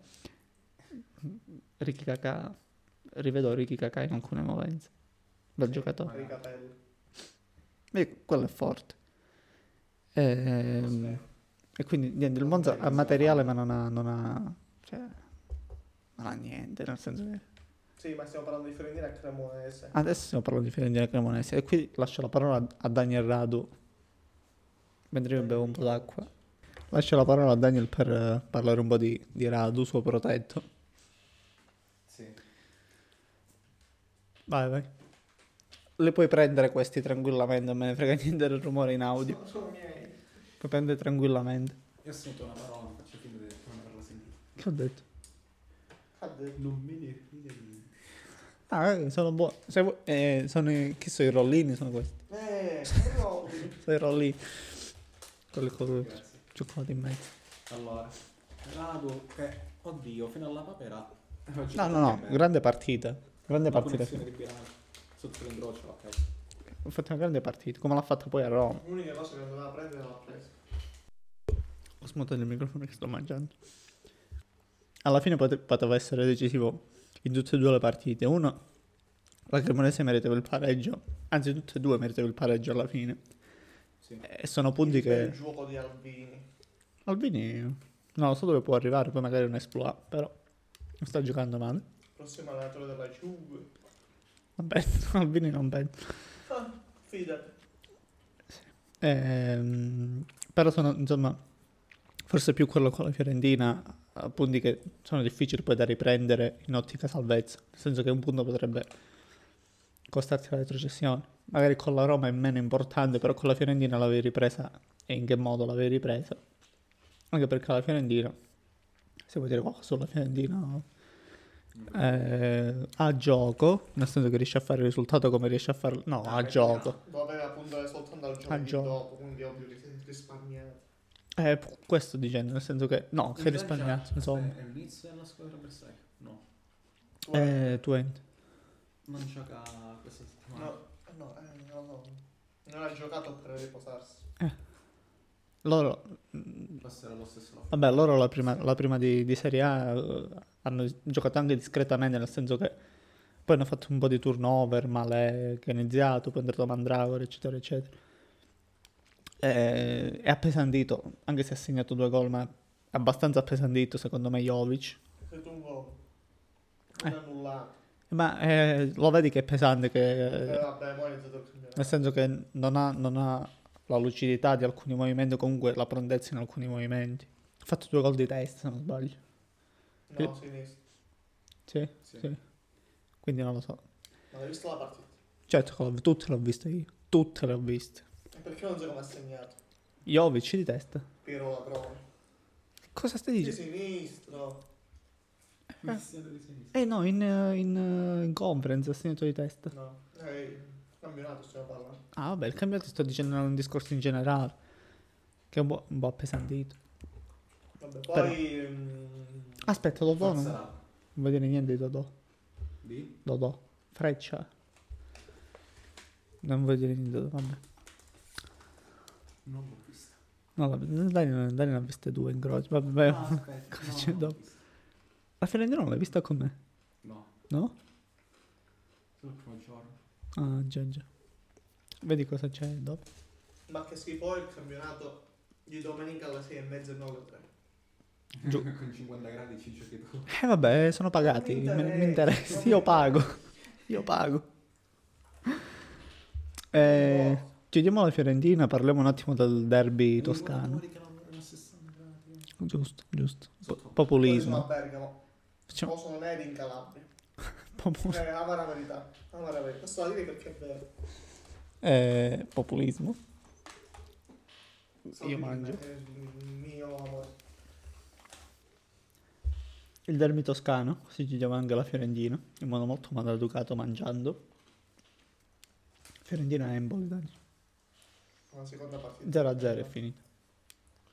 Ricky Kakà, rivedo Ricky Kakà in alcune movenze. Bel giocatore. Per i capelli. E quello è forte. E, e quindi niente, il Monza ha materiale ma non ha, non ha, cioè, non ha niente, nel senso che... Sì, ma stiamo parlando di Fiorentina e Cremonese. Adesso stiamo parlando di Fiorentina e Cremonese e qui lascio la parola a- a Daniel Radu, mentre io bevo un po' d'acqua. Lascio la parola a Daniel per eh, parlare un po' di, di Radu, suo protetto. Sì. Vai, vai. Le puoi prendere questi tranquillamente, non me ne frega niente del rumore in audio. Sono, sono miei. Puoi prendere tranquillamente. Io ho sentito una parola, non faccio finta di non averla sentita. Che ho detto? Ha detto. Non mi dire niente. Ah, eh, sono buoni. Se vu- eh, sono i, chi sono i rollini? Sono questi. Eh, no. Sono i rollini. Quelli con Grazie. cioccolato in mezzo. Allora, Radu che, oddio, fino alla papera. No, no, no, grande partita. Grande Una partita. connessione di bilancio sotto l'incrocio, ok. Ho fatto una grande partita, come l'ha fatta poi a Roma. L'unica cosa che doveva prendere l'ha presa. Ho smontato il microfono che sto mangiando. Alla fine pote- poteva essere decisivo in tutte e due le partite. Uno, la Cremonese meritava il pareggio. Anzi, tutte e due meritavano il pareggio alla fine. Sì. E sono punti Il bel che... gioco di Albini. Albini... Non lo so dove può arrivare, poi magari è un esploit, però... Non sta giocando male. Prossimo allenatore della Juve. Vabbè, Albini non penso. Ah, fidati. Ehm, però sono, insomma, forse più quello con la Fiorentina, a punti che sono difficili poi da riprendere in ottica salvezza, nel senso che un punto potrebbe costarti la retrocessione. Magari con la Roma è meno importante, però con la Fiorentina l'avevi ripresa e in che modo l'avevi ripresa? Anche perché la Fiorentina, se vuoi dire qualcosa sulla Fiorentina, eh, ha gioco, nel senso che riesce a fare il risultato come riesce a farlo, no, ha gioco. Doveva puntare soltanto al gioco Al di gioco. dopo, quindi ovvio che si risparmiato. Eh, p- questo dicendo, nel senso che no, che risparmiato, insomma. È l'inizio della squadra avversaria? No. Eh, Twente. Non gioca questa settimana. No, eh, no, eh, non lo so. Non ha giocato per riposarsi. Loro, Forse era lo stesso. vabbè, loro la prima, la prima di, di Serie A eh, hanno giocato anche discretamente, nel senso che poi hanno fatto un po' di turnover, male che è iniziato, poi è entrato Mandragora, eccetera, eccetera. E, è appesantito, anche se ha segnato due gol, ma è abbastanza appesantito, secondo me, Jovic. Se tu un gol. Eh. Non annullato. Ma eh, lo vedi che è pesante, Eh, che, vabbè, poi è iniziato il campionato. nel senso che non ha, non ha la lucidità di alcuni movimenti, comunque la prontezza in alcuni movimenti. Ha fatto due gol di testa, se non sbaglio. No, sinistro. Sì, Sì. sì. Quindi non lo so. Ma hai visto la partita? Certo che l'ho- tutte le ho viste io. Tutte le ho viste. E perché non so come ha segnato? Jovic di testa. Piero Ladrone. Cosa stai Di dicendo? sinistro. Cristiano di sinistra. Eh no, in, eh, in, eh, in conference ha segnato di testa. No. Eh, campionato stiamo parlando. Ah vabbè, il campionato sto dicendo un discorso in generale. Che è un po', un po' appesantito. Vabbè, poi... mm, Aspetta, Dodò non, Forza non Radu. vuoi dire niente di Dodò. Di? Dodò. Freccia. Non vuoi dire niente di Dodò, vabbè. Non l'ho vista. No, vabbè, dai, dai, ne ha viste due in croce. Vabbè, Ah, aspetta. cosa no, c'è non l'ho dopo? vista. La Fiorentina non l'hai vista con me, No, no? solo il primo giorno. Ah, già, già. Vedi cosa c'è dopo. Ma che schifo il campionato di domenica alle sei e mezza e non alle tre. Giù. Con cinquanta gradi ci giochi tu. Eh vabbè, sono pagati, Non mi me- mi interessa, interessa, non mi io pago, interessa. io pago. Eh, chiudiamo la Fiorentina, parliamo un attimo del derby toscano. Che lavorano a sessanta gradi. Giusto, giusto. Po- Sotto. Poi sono a populismo. Bergamo. Facciamo O sono neri in Calabria. popu- Eh, amara verità. Amara verità. Questo la dire perché è vero. eh, populismo. So Io che mangio. È il mio amore. Il derby toscano, così ci chiama anche la Fiorentina, in modo molto maleducato mangiando. Fiorentina Empoli, dai. La seconda partita. zero a zero è finita.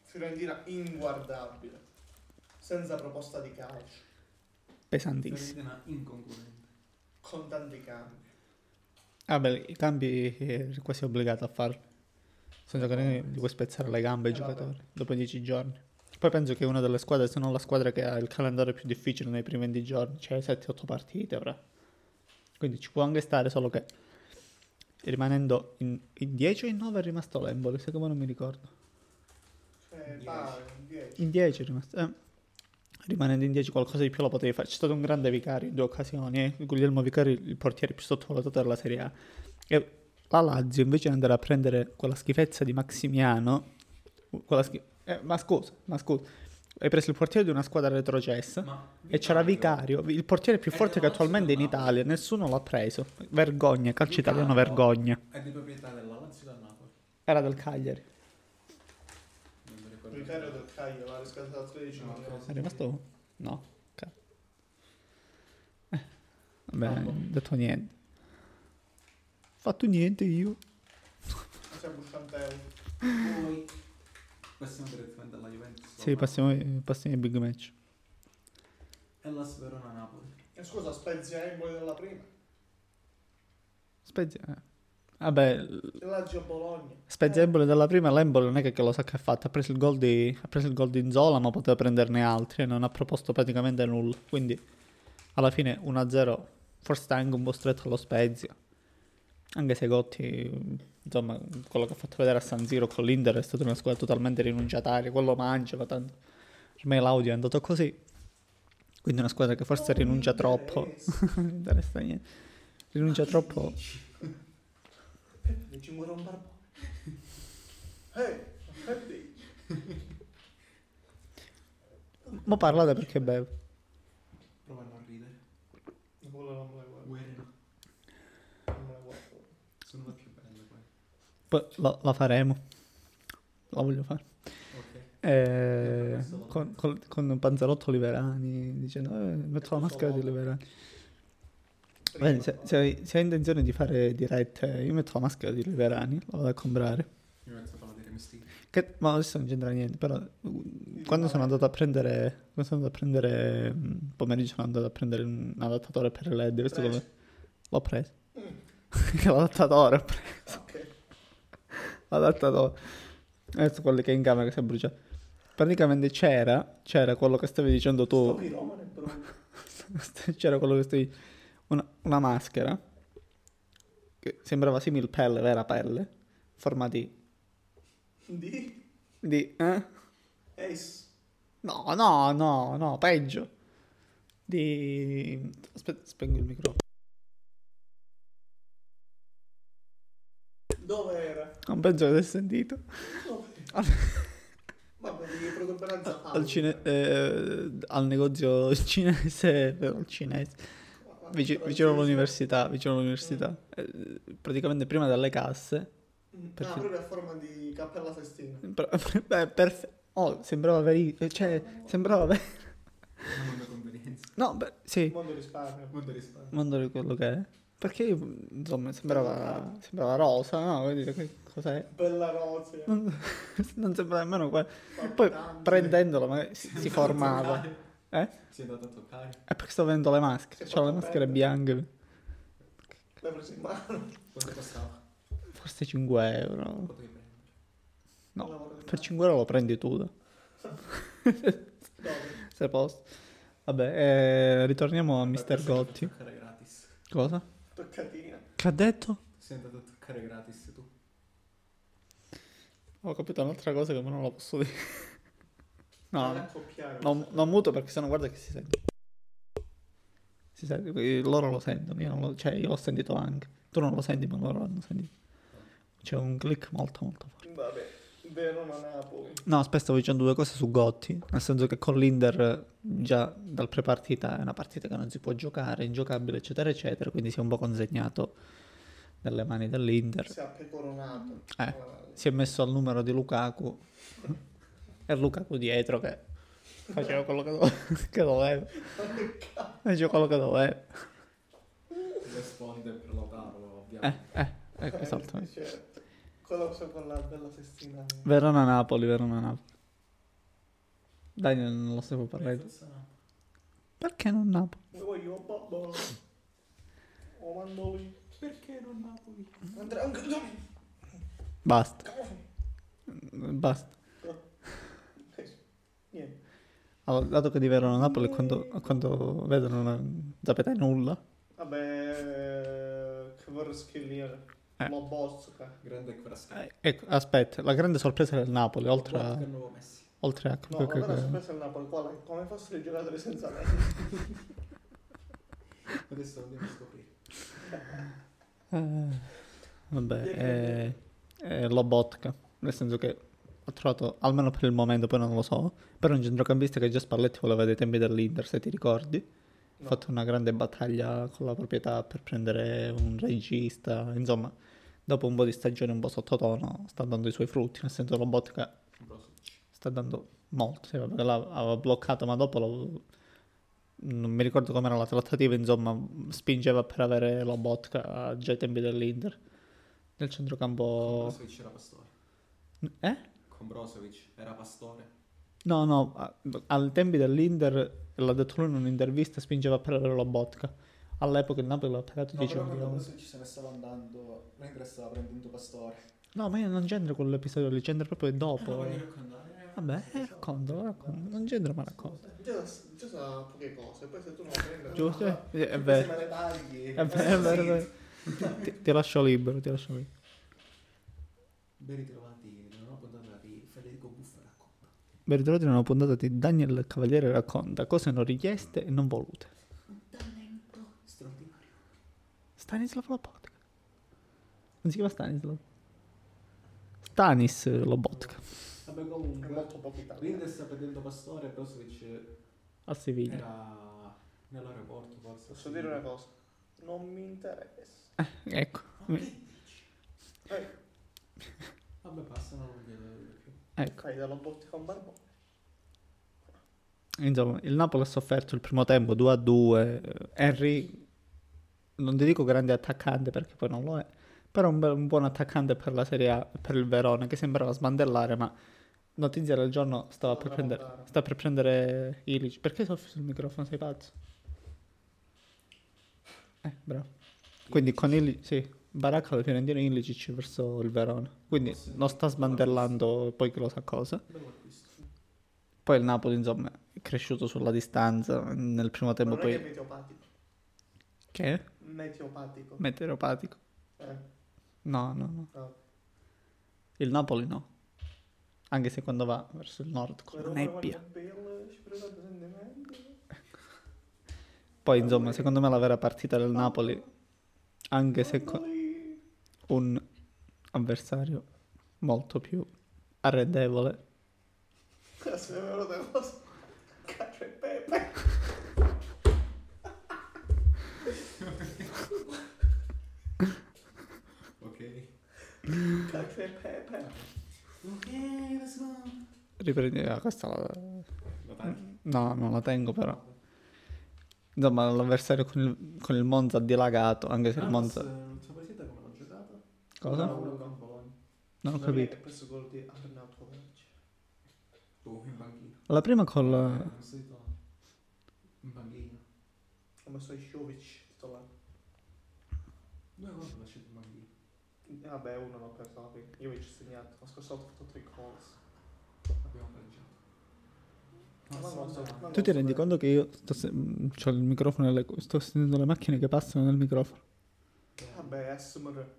Fiorentina inguardabile, senza proposta di calcio, Pesantissimo. Fiorentina inconcludente. con tanti cambi. Vabbè, i cambi è quasi obbligato a farli. Senza che ne- gli puoi spezzare le gambe ai Eh, vabbè. giocatori dopo dieci giorni. Poi penso che è una delle squadre, se non la squadra che ha il calendario più difficile nei primi venti giorni, cioè sette otto partite ora. Quindi ci può anche stare, solo che rimanendo in, in dieci o in nove è rimasto l'Emboli, secondo me non mi ricordo. Cioè, dieci. pare, dieci. In dieci è rimasto. Eh. Rimanendo in dieci qualcosa di più lo potevi fare. C'è stato un grande Vicario in due occasioni, eh. Guglielmo Vicario, il portiere più sottovalutato della Serie A. E la Lazio, invece di andare a prendere quella schifezza di Maximiano, quella schi- eh, ma scusa, ma scusa, hai preso il portiere di una squadra retrocessa Ma e c'era Vicario, il portiere più È forte che della Lazio attualmente in del Napoli. Italia, nessuno l'ha preso. Vergogna, calcio italiano, Vicario vergogna. È di proprietà della Lazio da Napoli. Era del Cagliari. Non mi ricordo. Vicario del Cagliari l'ha riscattato a tredici No, milioni. È rimasto? No. Ok. Eh, vabbè, Ah, non boh. ho detto niente. Fatto niente io. Siamo Chantelle. Poi passiamo direttamente alla Juventus. Sì, passiamo, passiamo ai big match. Hellas Verona Napoli. E scusa, Spezia Empoli della prima. Spezia. eh. Vabbè, Lazio Bologna. Spezia Eh, Empoli dalla prima, l'Empoli non è che, che lo sa che ha fatto. Ha preso il gol di, ha preso il gol di Nzola, ma poteva prenderne altri e non ha proposto praticamente nulla. Quindi alla fine uno a zero, forse sta anche un po' stretto allo Spezia. Anche se Gotti, insomma, quello che ha fatto vedere a San Siro con l'Inter è stata una squadra totalmente rinunciataria. Quello mangia, ma tanto ormai l'audio è andato così. Quindi una squadra che forse non mi rinuncia troppo. interessa. Non mi interessa niente. Rinuncia troppo. Peppe, ci muore un barbone. Ehi, Peppe. Ma parlate perché bevo. Provano a ridere. Quello non me la guardo. Guerrero. Non me la guardo. Sono le più belle quelle. Poi la, la faremo. La voglio fare. Ok. Eh, con, con, con Panzerotto Liverani dicendo eh, metto la Ecco maschera di solo. Liverani. Prima. Vedi, se, se hai, se hai intenzione di fare dirette, io metto la maschera di Liverani, la vado a comprare. Io penso a dire mestiere. Che, ma adesso non c'entra niente, però uh, quando sono andato a prendere, quando sono andato a prendere, mm, pomeriggio sono andato a prendere un adattatore per L E D, visto Preso. come l'ho preso. Mm, L'adattatore ho preso, ok. l'adattatore. Adesso quello che è in camera che si è bruciato. Praticamente c'era, c'era quello che stavi dicendo Sto tu, piromane è brutto. c'era quello che stavi, una, una maschera, che sembrava simile pelle, vera pelle, forma di, Di? di, eh? Ace. No, no, no, no, peggio. Di... Aspetta, spengo il microfono. Dove era? Non penso che l'hai sentito. Dove? Al, Vabbè, di protuberanza al, cine- eh, al negozio cinese, però al cinese, vici- vicino all'università, vicino all'università. Eh, praticamente prima delle casse. Ah, perché- proprio a forma di Cappella Sestina. Però- Beh, perfe- Oh, sembrava verissimo, cioè, sembrava ver- Mondo convenienza. No, beh, sì, Mondo risparmio. Mondo risparmio. mondo di quello che è. Perché, io, insomma, sembrava, sembrava rosa, no? Vuoi dire, che cos'è? Bella rozia. Non, non sembra nemmeno quello. Poi, prendendolo, magari si, si formava. Eh? Si è andato a toccare. È perché sto avendo le maschere. Si è C'ho le fatto maschere bene. bianche. L'hai preso in mano. Quanto costava? Forse cinque euro. Potevi prendere. No, Lavoro in per mano. cinque euro lo prendi tu. Dove? Se posso. Vabbè, eh, ritorniamo a Beh, mister questo è andato a Gotti. toccare gratis. Cosa? Toccatina. Che ha detto? Sei andato a toccare gratis tu. Ho capito un'altra cosa che non la posso dire. No, Non no. accoppiare. Non, non muto perché sennò guarda che si sente. Si sente, eh, loro lo sentono, io non lo, cioè io l'ho sentito anche. Tu non lo senti, ma loro l'hanno sentito. C'è un click molto molto forte. Vabbè, Verona Napoli. No, aspetta, stavo dicendo due cose su Gotti, nel senso che con l'Inter eh, già dal pre-partita è una partita che non si può giocare, ingiocabile, eccetera, eccetera, quindi si è un po' consegnato nelle mani dell'Inter. Si è appecoronato. Eh. Si è messo al numero di Lukaku e Lukaku dietro che faceva quello che, dove- che doveva. Faceva quello che doveva. Risponde per Lautaro, Eh, ovviamente. eh, eh, esatto. Certo. Quello so con la bella Sestina. Verona-Napoli, Verona-Napoli. Daniel non lo sapevo parlare. Forza Napoli. Perché non Napoli? Mi voglio babbo. O mando lì. Perché non Napoli? Andrea anche Basta. Basta. Niente. Allora, dato che diverono a Napoli, quando, quando vedono non sapete nulla. Vabbè, che vorrei schiellire. Eh. Lo bosca. Grande Kvaratskhelia. Eh, ecco, aspetta, la grande sorpresa del Napoli, oltre Vodka a, e nuovo Messi. oltre a No, que- la que- vera que- sorpresa del Napoli qual è? Come fossero i giocatori senza me. Adesso andiamo a scoprire. Eh, vabbè, è, è Lobotka, nel senso che ho trovato, almeno per il momento, poi non lo so, però un centrocampista che già Spalletti voleva dai tempi dell'Inter, se ti ricordi. Ha No. fatto una grande battaglia con la proprietà per prendere un regista, insomma, dopo un po' di stagione un po' sottotono, sta dando i suoi frutti, nel senso Lobotka Brozovic. sta dando molto, sì, perché l'aveva bloccato, ma dopo lo- non mi ricordo com'era la trattativa, insomma, spingeva per avere Lobotka già ai tempi dell'Inter. Nel Con centrocampo... Brozovic era Pastore. Eh? Con Brozovic era Pastore. No, no, a- ai tempi dell'Inter, l'ha detto lui in un'intervista, spingeva per avere Lobotka. All'epoca il Napoli l'ha pagato No, dieci però quando milioni. Brozovic se ne stava andando, l'Inter stava prendendo Pastore. No, ma io non c'entra quell'episodio lì, c'entra proprio dopo. voglio raccontare. Vabbè, eh, racconto, racconto, non c'entra ma racconto. Già, già sa poche cose, poi se tu non lo prendi... Giusto? no, Eh, È se vero. me le tagli... È vero, è vero, è vero. Ti, ti lascio libero, ti lascio libero. Ben ritrovati in una nuova puntata di Federico Buffa racconta. Ben ritrovati in una puntata di Daniel Cavaliere racconta cose non richieste e non volute. Un talento straordinario. Stanislav Lobotka. Non si chiama Stanislav? Stanis Lobotka. Vabbè, È comunque, molto poco italiano. l'Inter sta prendendo Pastore e Brozovic A Siviglia. era nell'aeroporto forse. Posso dire una cosa? Non mi interessa. Ecco. Ma che dici? Eh, Vabbè, basta, non lo vedo più. Ecco. fai dallo botti con Barbone. Insomma, il Napoli ha sofferto il primo tempo due a due. Henry, non ti dico grande attaccante perché poi non lo è, però un, bel- un buon attaccante per la Serie A, per il Verona, che sembrava smantellare, ma notizia del giorno stava per prendere, sta per prendere Ilic. Perché soffi sul microfono, sei pazzo? Eh, bravo. Quindi con Ilic, sì, Baracca alla Fiorentina e Ilicic verso il Verona. Quindi non sta smantellando poi che lo sa cosa. Bello acquisto. Poi il Napoli, insomma, è cresciuto sulla distanza nel primo tempo, Non è che è poi... meteopatico. Che è? Meteopatico. Meteoropatico. Eh, No, no, no. no. Il Napoli no. Anche se quando va verso il nord con la Però nebbia. bello, ci prendo sentimenti. Poi, insomma, secondo me la vera partita del Napoli, anche se con Napoli. un avversario molto più arredevole, Cazzo, mi è venuta una cosa. Cacio e pepe. Ok. Cacio e pepe. Ok, let's go. riprendi... ah, questa la... Lo tagli? No, non la tengo però. Insomma, l'avversario con il, con il Monza ha dilagato, anche se il Monza... Non so presente come l'ho giocato? Cosa? uno a uno con Bologna. Non ho Non capito. è preso gol di Arnautovic. Tu in panchina. La prima Eh, col... non sei tu. In panchina. Ho messo Jovic titolare. Due gol l'ho lasciato in panchina. E vabbè, uno l'ho perso alla fine. Jovic ha segnato. Ho scossato, ho fatto tre gol. Abbiamo pareggiato. Ma non lo so, non Tu lo ti so rendi bene. conto che io sto se- c'ho il microfono nelle... cu- sto sentendo le macchine che passano nel microfono. Vabbè, S M R.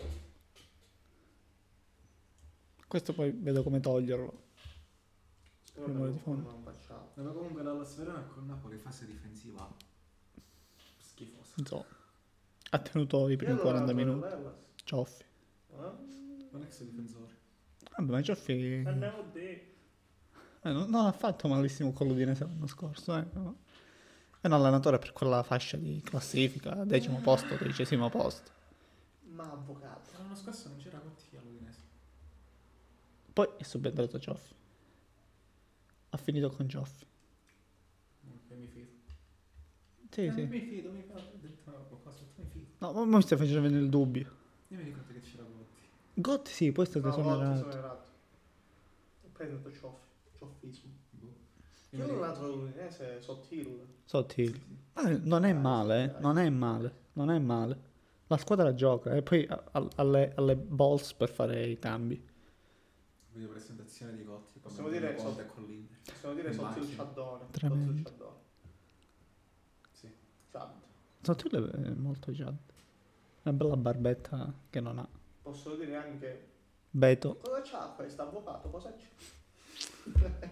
Questo poi vedo come toglierlo. Spero Rumore che di fondo. non facciamo. Ma comunque la Sverona con Napoli fase difensiva schifosa. Non so. Ha tenuto i primi quaranta minuti. Cioffi. Non ex difensore. Vabbè, ma Cioffi Andiamo di. eh, non, non ha fatto malissimo con l'Udinese l'anno scorso. Eh. no. È un allenatore per quella fascia di classifica, decimo posto, tredicesimo posto. Ma avvocato. L'anno scorso non c'era Cotti all'Udinese. Poi è subentrato Cioffi. Ha finito con Cioffi. Non mi fido. Sì, Eh, sì. Mi fido, mi fido. Ho detto qualcosa, mi fido. No, ma mi stai facendo venire il dubbio. Io mi ricordo che c'era Cotti. Gotti sì, poi è stato No, volte esonerato. esonerato. E poi è andato Cioffi. Cioffismo. Boh. Più un altro udinese sottile. Sottile. Ma non è male, eh, non è male, non è male. La squadra gioca e poi a- a- alle, alle balls per fare i cambi. Video presentazione di Gotti. poi Possiamo mi dire vedo so- Conte con l'Inter. Possiamo dire sotto il Immagino. ciaddone. Sotto Tremendo. il ciaddone. Sì. Ciad. Sottile è molto già. Una bella barbetta che non ha. Posso dire anche... Beto. Cosa c'ha questo avvocato? Cosa c'ha?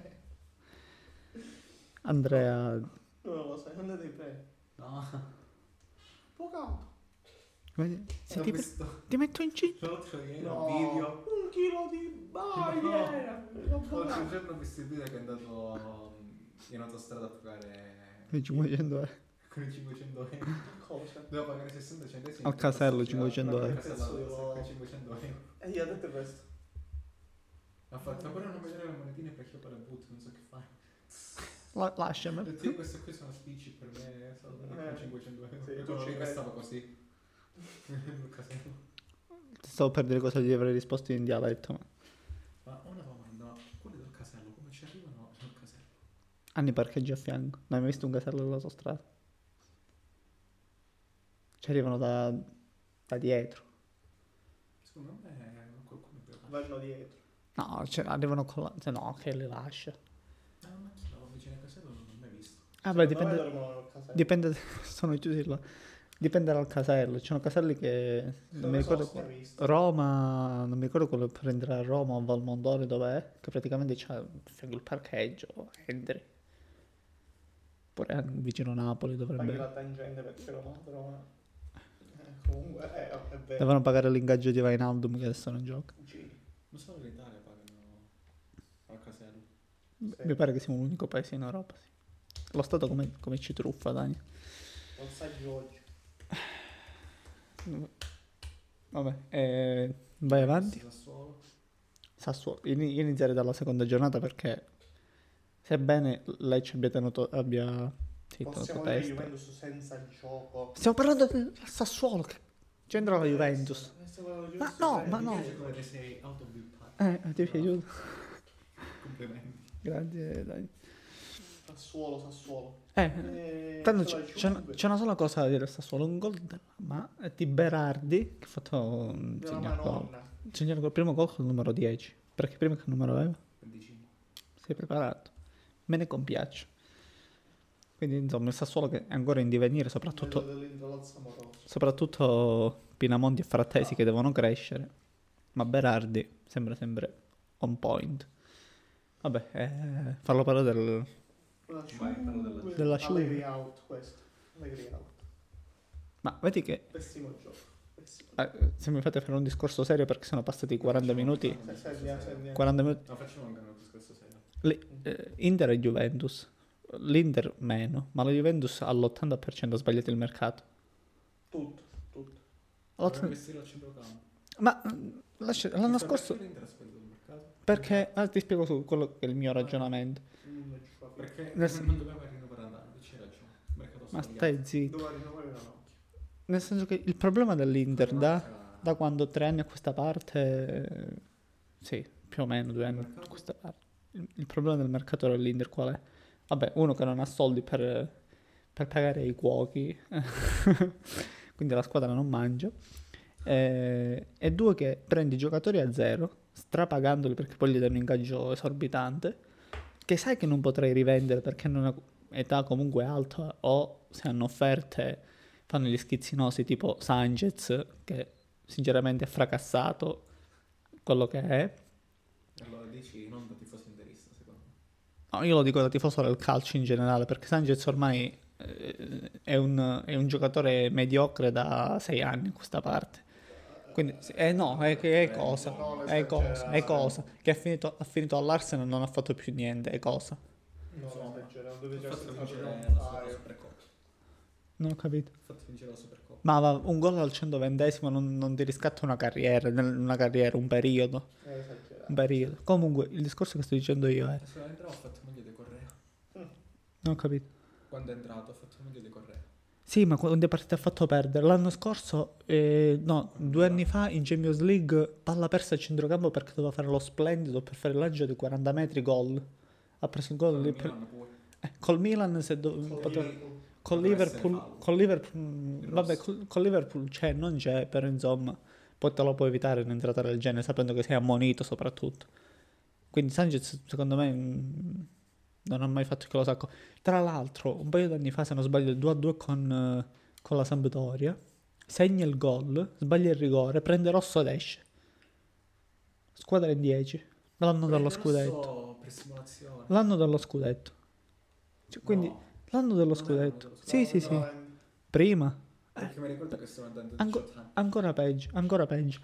Andrea. Non lo sai, non ne prego. No. Avvocato. Vedi? Se Ho ti, visto ti metto in C. l'altro ieri No. un video. Un chilo di baia. L'altro giorno ho visto il video che è andato um, in autostrada a pagare cinquecento euro. con i cinquecento euro. Cosa? Doveva pagare sessanta centesimi. Al casello, Al cinquecento euro. casello, con cinquecento euro. E io ho detto questo. Ha fatto però non vedere le monetine perché io poi le butto, non so che fai. La, lasciami. Ho detto, queste qui sono spicci per me, sono Eh, cinquecento euro. sì, E tu quello ci lì credi. stava così. Nel casello. Stavo per dire cosa gli avrei risposto in dialetto. Ma... Ma una domanda, quelli del casello come ci arrivano nel casello? Hanno i parcheggi a fianco. Non hai mai visto un casello dell'autostrada? Ci arrivano da, da dietro. Secondo me qualcuno più. Vanno dietro. No, cioè, arrivano con la... se no, che le lascia. Ma una macchina vicino al casello non l'ho mai visto. Ah beh, Secondo me dipende... dormono nel casello. Dipende... sono chiusi là. Dipende dal casello. Ci sono caselli che... Non mi ricordo... Soste, qual- visto. Roma... Non mi ricordo quello per prendere a Roma o Valmondore dov'è. Che praticamente c'ha a fianco il parcheggio. Entri. Pure anche vicino Napoli Paghi dovrebbe... la tangente perché Roma, Roma. Eh, comunque è, è vero. Devono pagare l'ingaggio di Wijnaldum che adesso non gioca. Giri. Non solo in Italia pagano al casello. Sì. Mi pare che siamo l'unico paese in Europa, sì. Lo Stato come, come ci truffa, Dani. Lo sai oggi. Vabbè, eh, vai avanti. Sassuolo. Sassuolo. Ini- io iniziare dalla seconda giornata perché sebbene Lecce abbia tenuto, abbia sì, tenuto Possiamo dire testa. Juventus senza gioco. Stiamo parlando del Sassuolo che c'entra la Juventus. Eh, stiamo parlando di Ma Juventus, no, eh, ma mi no. piace come come- ti sei autobilpato. Eh, ti è piaciuto? Complimenti. Grazie, Dani. Sassuolo, Sassuolo. Eh, Eh, tanto c'è c'è, la c'è una, Juve. c'è una sola cosa da dire al Sassuolo, un gol della- ma di Berardi che ha fatto un Della segnato gol. Madonna. Segnato col primo gol col numero dieci. Perché prima che numero aveva? venticinque. Sei preparato. Me ne compiaccio. Quindi insomma il Sassuolo che è ancora in divenire, soprattutto, Vedo dell'Inter l'Alzamoroso. soprattutto Pinamonti e Frattesi che devono crescere. Ma Berardi sembra sempre on point. Vabbè, eh, farlo parlare del... La Vai, parlo della Juve. Della Juve. Allegri out questo. Allegri out. Ma vedi che Pessimo gioco. Pessimo. eh, se mi fate fare un discorso serio perché sono passati quaranta minuti. Se- se andiamo- se andiamo. quaranta minuti. No, facciamo anche un discorso serio. Li- eh, Inter e Juventus. L'Inter meno, ma la Juventus all'ottanta per cento ha sbagliato il mercato. Tutto, tutto. All'ottanta- Dovremmo investire al centrocampo. Ma mm, lascia- l'anno Chissà scorso... Perché l'Inter ha spento il mercato? Perché ah, ti spiego su quello che è il mio ragionamento. Mm, non ci fa più. Perché Nel sen- non doveva rinnovare andare, c'è ragione. Il mercato Ma sbagliato. stai zitto. Doveva rinnovare una notte. Nel senso che il problema dell'Inter da, C'era- da quando tre anni a questa parte, eh, sì, più o meno due anni a mercato? questa parte. Il, il problema del mercato dell'Inter qual è? Vabbè, uno che non ha soldi per, per pagare i cuochi, quindi la squadra non mangia. Eh, e due che prende i giocatori a zero, strapagandoli perché poi gli danno un ingaggio esorbitante, che sai che non potrai rivendere perché hanno un'età comunque alta o se hanno offerte fanno gli schizzinosi tipo Sanchez che sinceramente è fracassato quello che è. Allora dici non da tifoso interista, secondo me. No, io lo dico da tifoso del calcio in generale perché Sanchez ormai eh, è, un, è un giocatore mediocre da sei anni in questa parte. Quindi, sì, eh no, è, che è cosa, No, è cosa, è esagerare. cosa, che ha finito, ha finito all'Arsenal e non ha fatto più niente, è cosa. No, no, esagerare, non deve Ha fatto essere vincere stato la un Super- paio. Supercoppa. Non ho capito. Ha fatto vincere la Supercoppa. Ma va, un gol al centoventesimo non, non ti riscatta una carriera, nel- una carriera, un periodo, È esagerato. un periodo. Comunque, il discorso che sto dicendo io è, Adesso entrato ha fatto meglio di Correa. non ho capito. Quando è entrato ha fatto meglio di Correa. Sì, ma quante partite ha fatto perdere? L'anno scorso, eh, no, due anni fa in Champions League, palla persa a centrocampo perché doveva fare lo splendido per fare il lancio di quaranta metri, gol. ha preso il gol lì Il per- Milan pure. eh, col Milan se do- Col poteva- Liverpool. col poteva essere Liverpool, fallo. col Liverpool, mm, Il vabbè, rosso. col, col Liverpool c'è, non c'è, però insomma, poi te lo puoi evitare un'entrata del genere sapendo che sei ammonito soprattutto. Quindi Sanchez, secondo me, mm, non ha mai fatto che lo sacco. Tra l'altro, un paio d'anni fa, se non sbaglio, il due a due con, eh, con la Sampdoria, segna il gol, sbaglia il rigore, prende rosso ed esce. Squadra in dieci. L'anno dello scudetto. Per simulazione. L'anno dello scudetto. Cioè, quindi, No, l'anno dello non scudetto. era l'anno dello Sì, sì, sì. Veramente. Prima. perché mi ricordo che stavo andando Anco- diciotto anni. Ancora peggio, ancora peggio.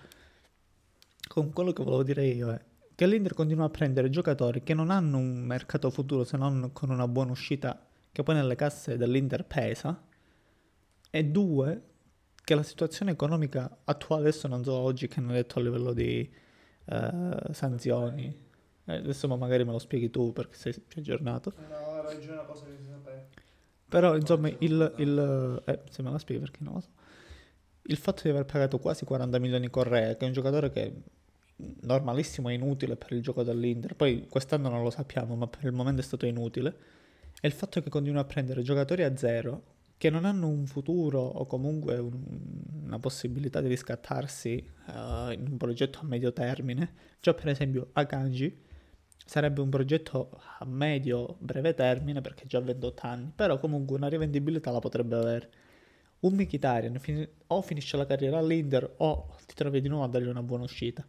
Con quello che volevo dire io è che l'Inter continua a prendere giocatori che non hanno un mercato futuro se non con una buona uscita che poi nelle casse dell'Inter pesa, e due, che la situazione economica attuale, adesso non so oggi che hanno detto a livello di eh, sanzioni, eh, adesso ma magari me lo spieghi tu perché sei più aggiornato, No, era già una cosa che si sapeva. però insomma il, il eh, se me la spieghi perché non lo so, il fatto di aver pagato quasi quaranta milioni Correa, che è un giocatore che normalissimo è inutile per il gioco dell'Inter, poi quest'anno non lo sappiamo, ma per il momento è stato inutile, e il fatto che continua a prendere giocatori a zero che non hanno un futuro o comunque un- una possibilità di riscattarsi eh, in un progetto a medio termine. Già per esempio Akanji sarebbe un progetto a medio breve termine perché già ha ventotto anni, però comunque una rivendibilità la potrebbe avere. Un Mkhitaryan fin- o finisce la carriera all'Inter o ti trovi di nuovo a dargli una buona uscita.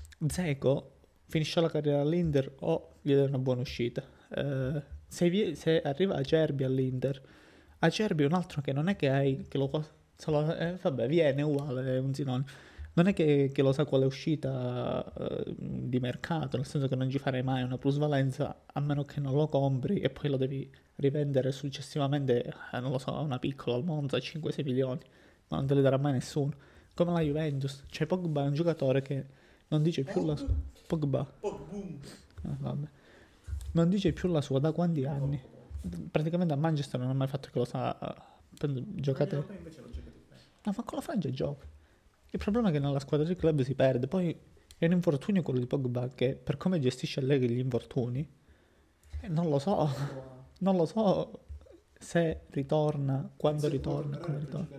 Dzeko finisce la carriera all'Inter o gli dai una buona uscita. Eh, se, vie- se arriva Acerbi all'Inter, Acerbi è un altro che non è che hai che lo pos- se lo- eh, vabbè, viene uguale, è un sinonimo. Non è che, che lo sa quale uscita eh, di mercato, nel senso che non ci farei mai una plusvalenza a meno che non lo compri e poi lo devi rivendere successivamente, eh, non lo so, a una piccola al Monza a cinque sei milioni, ma non te li darà mai nessuno. Come la Juventus, cioè Pogba è un giocatore che non dice più la sua. Pogba, Poi boom. eh, vabbè. Non dice più la sua da quanti anni? Praticamente a Manchester non ha mai fatto che lo sa. Prende- Giocate. Poi invece l'ho giocato bene. No, ma con la Francia gioca. Il problema è che nella squadra del club si perde. Poi è un infortunio quello di Pogba che per come gestisce Allegri gli infortuni, eh, non lo so. Non lo so se ritorna, quando ritorna, come ritorna.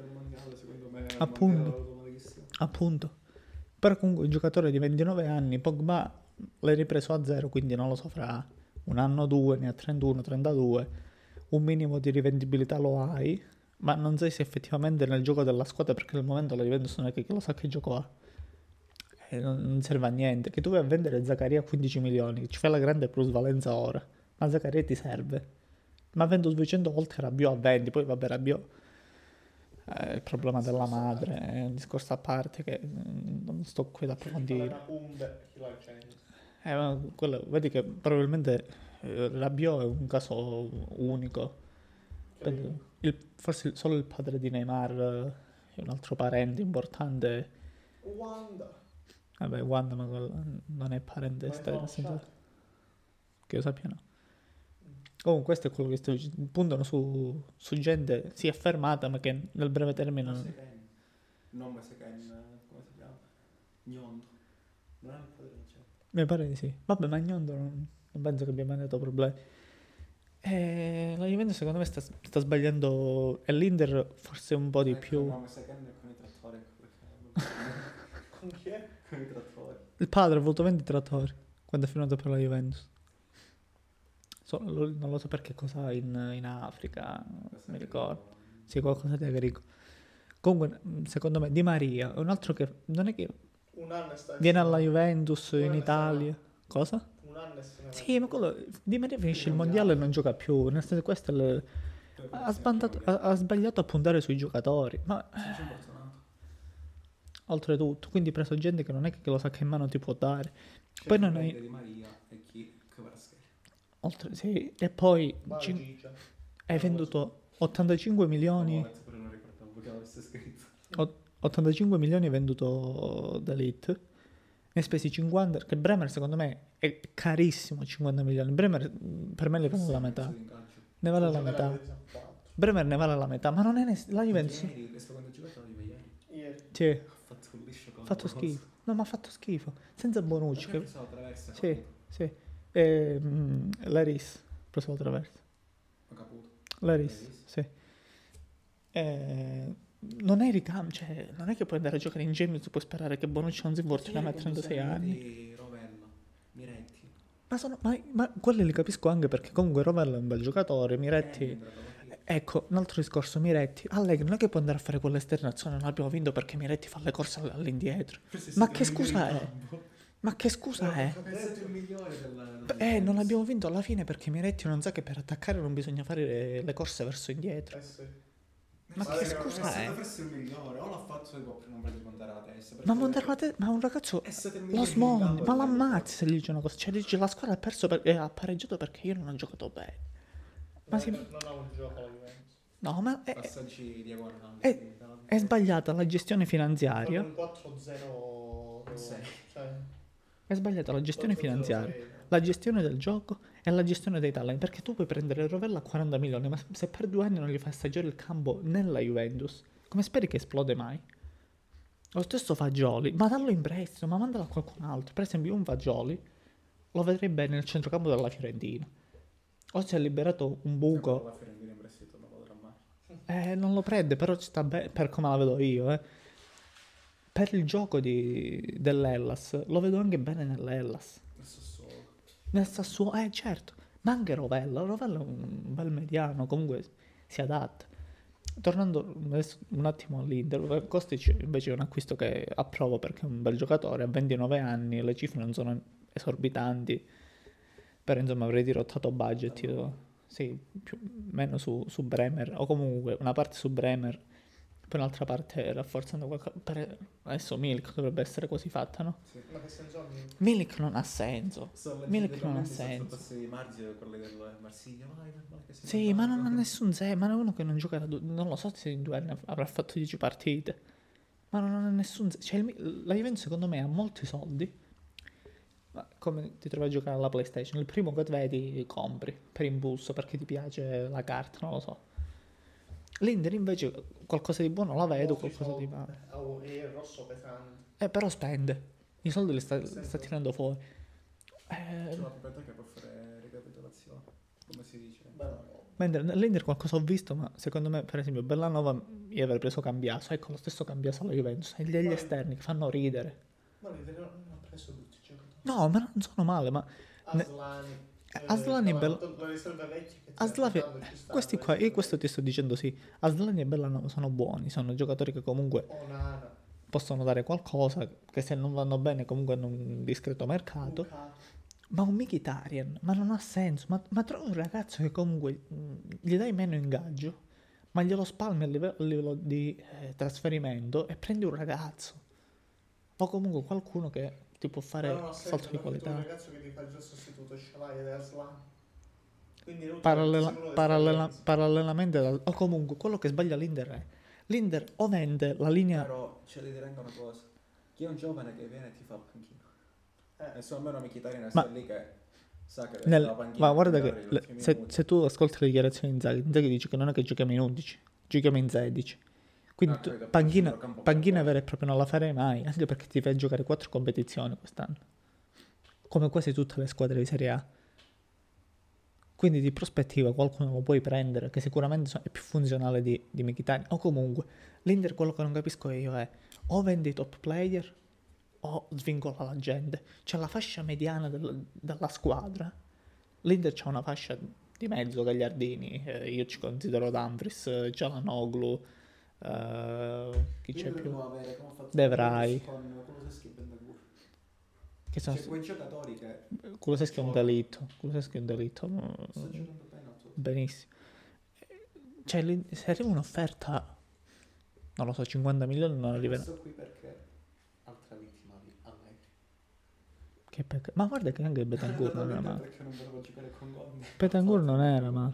Appunto. Appunto. Però comunque un giocatore di ventinove anni, Pogba l'hai ripreso a zero, quindi non lo so, fra un anno o due, ne ha trentuno, trentadue, un minimo di rivendibilità lo hai, ma non sai se effettivamente nel gioco della squadra, perché al momento la Juventus non è che lo sa che gioco ha. E non, non serve a niente. Che tu vai a vendere Zaccaria a quindici milioni, ci fai la grande plusvalenza ora, ma Zaccaria ti serve. Ma vendo duecento volte Rabiot a venti, poi vabbè Rabiot è il problema della madre, è un discorso a parte che mm, non sto qui ad approfondire. Una punta, chi la accende. Eh, ma quello, vedi che probabilmente eh, Rabiot è un caso unico. Penso- il- forse solo il padre di Neymar eh, è un altro parente importante. Wanda. Vabbè, Wanda, ma quello non è parente Ma è esterno, conosciuto. senza- che io sappia no. Comunque questo è quello che sto dicendo. Puntano su, su gente si è fermata ma che nel breve termine non... Non Maseken, come si chiama? Gnondo. Non è il padre di Gioco. Mi pare di sì. Vabbè, ma Gnondo non, non penso che abbia mai dato problemi. E la Juventus secondo me sta, sta sbagliando, e l'Inter forse un po' di più. No, Maseken è con i trattori. Perché... Con chi è? con i trattori. Il padre ha voluto vendere i trattori quando è firmato per la Juventus. So- lo- non lo so perché cosa in, in Africa, non mi ricordo. Sì, qualcosa di agricolo. Comunque, mh, secondo me, Di Maria è un altro che non è che Un anno e sta. viene alla Juventus Un in anno e Italia. sta- Cosa? Un anno e se ne va. Sì, ma quello Di Maria finisce il mondiale e non gioca più. Nel senso, questo è il- ha, sbandato- ha- ha sbagliato a puntare sui giocatori. Ma oltretutto, quindi hai preso gente che non è che lo sa che mano ti può dare. Poi non hai. Di Maria e chi? Kvaratskhelia. Oltre, sì, e poi Vai, cin- Gigia. hai venduto ottantacinque milioni. No, pure non ricordavo che l'avesse scritto. ottantacinque milioni hai venduto D'Elite. Ne hai spesi cinquanta. Che Bremer secondo me è carissimo. cinquanta milioni. Bremer mh, per me ne vale la metà. Ne vale la metà. Bremer ne vale la metà. Ma non è ne- la Juventus. Ieri, questo quando ho giocato io ieri. Ieri. Sì, Ha fatto un liscio ha fatto schifo. No, ma ha fatto schifo. Senza Bonucci. Perché Che... pensavo attraverso. Sì, sì. E, mm, Laris, preso la traversa. Ho caputo. Laris, Laris? sì. E, non hai ricambio, cioè, non è che puoi andare a giocare in Champions, puoi sperare che Bonucci non si infortuna a trentasei anni. Rovella, Miretti. Ma, sono, ma, ma quelli li capisco anche perché comunque Rovella è un bel giocatore, Miretti... Eh, Miretti. Ecco, un altro discorso, Miretti. Allegri non è che può andare a fare quell'esternazione, non abbiamo vinto perché Miretti fa le corse all- all'indietro. Ma che scusa è? Ma che scusa è? È stato il migliore del... Eh, non abbiamo vinto alla fine perché Miretti non sa che per attaccare non bisogna fare le, le corse verso indietro. Eh sì. Ma Ma che è scusa è è? stato forse il migliore, o l'ha fatto e poi non prende montare la testa. Ma perché montare la te- ma un ragazzo è stato il lo migliore in smonti, campo ma e l'ammazzi se gli dice una cosa. Cioè, dice la squadra ha perso per- e ha pareggiato perché io non ho giocato bene. Ma Non, si- non ha un gioco la Juventus. No, ma è, Passaggi diagonali. è- sì, da- è sbagliata la gestione finanziaria. Con un quattro zero. Sì. Cioè, È sbagliata la gestione quattro zero finanziaria. sei. La gestione del gioco e la gestione dei talenti, perché tu puoi prendere Rovella a quaranta milioni, ma se per due anni non gli fai assaggiare il campo nella Juventus, come speri che esplode mai? Lo stesso Fagioli, ma dallo in prestito, ma mandalo a qualcun altro. Per esempio un Fagioli lo vedrei bene nel centrocampo della Fiorentina. O si è liberato un buco, La Fiorentina in prestito non potrà mai. eh, non lo prende, però ci sta bene, per come la vedo io, eh. Per il gioco di, dell'Hellas, lo vedo anche bene nell'Hellas. Il Sassuolo. Nel Sassuolo, eh certo, ma anche Rovella, Rovella è un bel mediano, comunque si adatta. Tornando adesso un attimo all'Inter, Kostic invece è un acquisto che approvo perché è un bel giocatore, ha ventinove anni, le cifre non sono esorbitanti, però insomma avrei dirottato budget, io, sì, più o meno su, su Bremer, o comunque una parte su Bremer, poi un'altra parte rafforzando qualcosa, per, adesso Milik dovrebbe essere quasi fatta, no? Sì. Ma che senso ha? Milik non ha senso. Sto Milik leggendo non ha i commenti senso. sotto passi di Marzio e quelli del Marsiglia. Vai, vai, vai, che si Sì, ma non ha mangiano. nessun senso, ma è uno che non gioca da due, non lo so se in due anni avrà fatto dieci partite, ma non ha nessun senso. Cioè, il Mi- la Juventus secondo me ha molti soldi, ma come ti trovi a giocare alla PlayStation, il primo che vedi compri per impulso perché ti piace la carta, non lo so. L'Inter invece qualcosa di buono la vedo, Molti qualcosa di soldi. male. Oh, e il rosso pesante. Eh, però spende, i soldi li sta, li Nel sta senso- tirando fuori. Eh, C'è una proprietà che può fare ricapitolazione, come si dice. Bello. Mentre nell'Inter qualcosa ho visto, ma secondo me, per esempio, Bellanova io avrei preso Cambiaso, ecco lo stesso Cambiaso alla Juventus, e degli Ma- esterni che fanno ridere. Ma l'Inter non ha preso tutti i giocatori. No, ma non sono male, ma Ne- Aslani. Eh, Aslani è però bello- tolto le riserve vecchie che Aslani- stanno ci stanno, questi le qua, io riserve questo ti sto dicendo sì, Aslani e Bellanova sono buoni, sono giocatori che comunque vecchie. Onana. possono dare qualcosa, che se non vanno bene comunque hanno un discreto mercato. Lukaku. Ma un Mkhitaryan, ma non ha senso, ma, ma trovi un ragazzo che comunque mh, gli dai meno ingaggio, ma glielo spalmi a livello, a livello di eh, trasferimento e prendi un ragazzo. O comunque qualcuno che ti può fare Però non ha salto senso di perché tu un qualità. ragazzo che ti fa già sostituto Shalai ed Aslan. Quindi è inutile Parallela- che sia uno parallela- d'esperienza. parallelamente, dal- o comunque quello che sbaglia l'Inter è l'Inter o vende la linea. Però c'è da dire anche una cosa. Chi è un giovane che viene e ti fa il panchino. Eh, E so almeno Mkhitaryan Ma- sta lì che sa che Nel- la panchina ma guarda può che dare le- ultimi se, minuti. se tu ascolti le dichiarazioni di Inzaghi, Inzaghi dice che non è che giochiamo in undici, giochiamo in sedici. Quindi Ah, tu- credo, panchina, centrocampo panchina per vera e propria non la farei mai, anche perché ti fai giocare quattro competizioni quest'anno, come quasi tutte le squadre di Serie A. Quindi di prospettiva qualcuno lo puoi prendere, che sicuramente so- è più funzionale di, di Mkhitaryan. O comunque, l'Inter quello che non capisco io è o vendi i top player o svincola la gente. C'è la fascia mediana del- della squadra. L'Inter c'ha una fascia di mezzo, Gagliardini, eh, io ci considero Dumfries, eh, Çalhanoğlu, eh, chi c'è Quindi più? dobbiamo avere, come ho fatto De Vrij. con Kulusevski e Bentancur. Che sono, C'è quei giocatori che Kulusevski è un delitto, Kulusevski è un delitto, mm, stanno giocando bene al suo- benissimo. Cioè, l'in- se arriva un'offerta, non lo so, cinquanta milioni non arriverà. Questo qui perché altra vittima di Allegri. Che peccato. Ma guarda che anche Bentancur non era male. Perché non volevo giocare con Gondi. Bentancur non era male.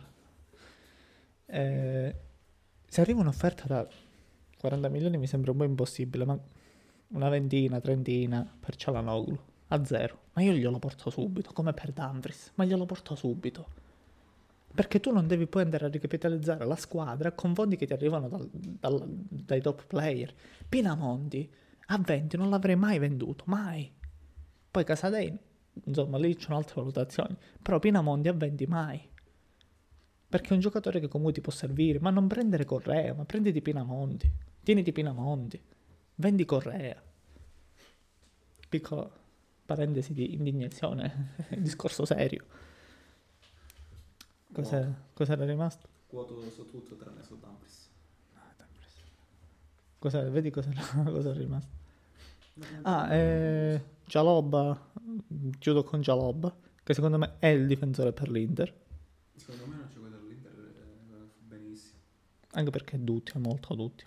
Eh, se arriva un'offerta da quaranta milioni mi sembra un po' impossibile, ma una ventina, trentina per Çalhanoğlu a zero. Ma io glielo porto subito, come per Dumfries, ma glielo porto subito. Perché tu non devi poi andare a ricapitalizzare la squadra con fondi che ti arrivano dal- dal- dai top player. Pinamonti a venti non l'avrei mai venduto, mai. Poi Casadei insomma lì c'è un'altra valutazione, però Pinamonti a venti mai, perché è un giocatore che comunque ti può servire, ma non prendere Correa, ma prenditi Pinamonti, tieniti Pinamonti, vendi Correa. Piccola parentesi di indignazione, discorso serio. Cos'è, cos'era rimasto? Quoto su tutto tranne su Dumfries. Cos'è, vedi cos'era, cos'era rimasto? Ah, eh, Gialobba, chiudo con Gialobba, che secondo me è il difensore per l'Inter, Secondo me non c'è quello dell'Inter eh, benissimo. anche perché è duttile, molto duttile.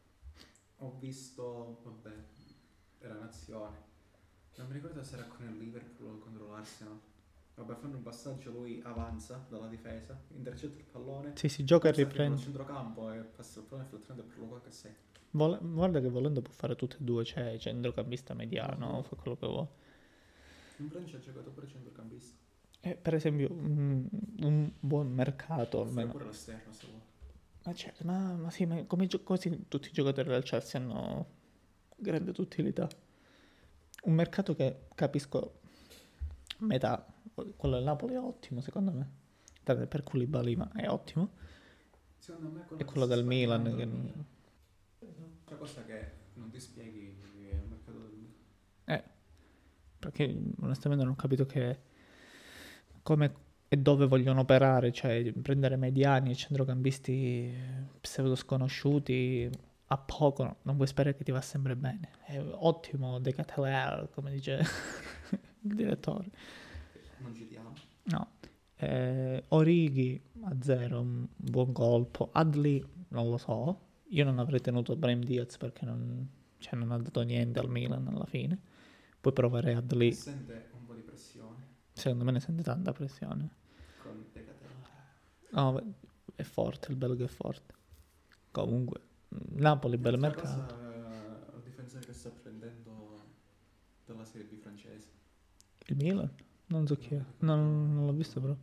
Ho visto, vabbè, era nazione. Non mi ricordo se era con il Liverpool o contro l'Arsenal. Vabbè, fanno un passaggio, lui avanza dalla difesa, intercetta il pallone. Sì, si gioca e passa fino al riprende. centrocampo e passa il pallone filtrando per lo qua che sei. Vol- guarda che volendo può fare tutte e due, cioè centrocampista mediano, Mhm. fa quello che vuole. In Francia ha giocato pure centrocampista. E per esempio un, un buon mercato Può fare almeno. pure l'esterno se vuole. Ma certo, ma, ma sì, ma come gio- quasi tutti i giocatori del Chelsea hanno grande utilità. Un mercato che capisco metà, quello del Napoli è ottimo secondo me, tranne per Koulibaly, ma è ottimo. Secondo me E che quello sta del Milan sbagliando che il non- Milan. Una cosa che non ti spieghi è il mercato del Milan. Eh, perché onestamente non ho capito che come e dove vogliono operare, cioè prendere mediani e centrocampisti pseudo sconosciuti a poco, no? Non puoi sperare che ti va sempre bene. È ottimo De Ketelaere, come dice il direttore. Non ci diamo. No. Eh, Origi a zero, un buon colpo. Adli non lo so. Io non avrei tenuto Brahim Diaz perché non, cioè, non ha dato niente al Milan alla fine. Poi proverei Adli. Sente un po' di pressione Secondo me ne sente tanta pressione. con De Ketelaere. No, beh, è forte, il belga è forte. Comunque, Napoli, bel Un'altra mercato. cosa, eh, il difensore che sta prendendo dalla Serie B francese. Il Milan? Non so chi è. No, non, non l'ho visto però.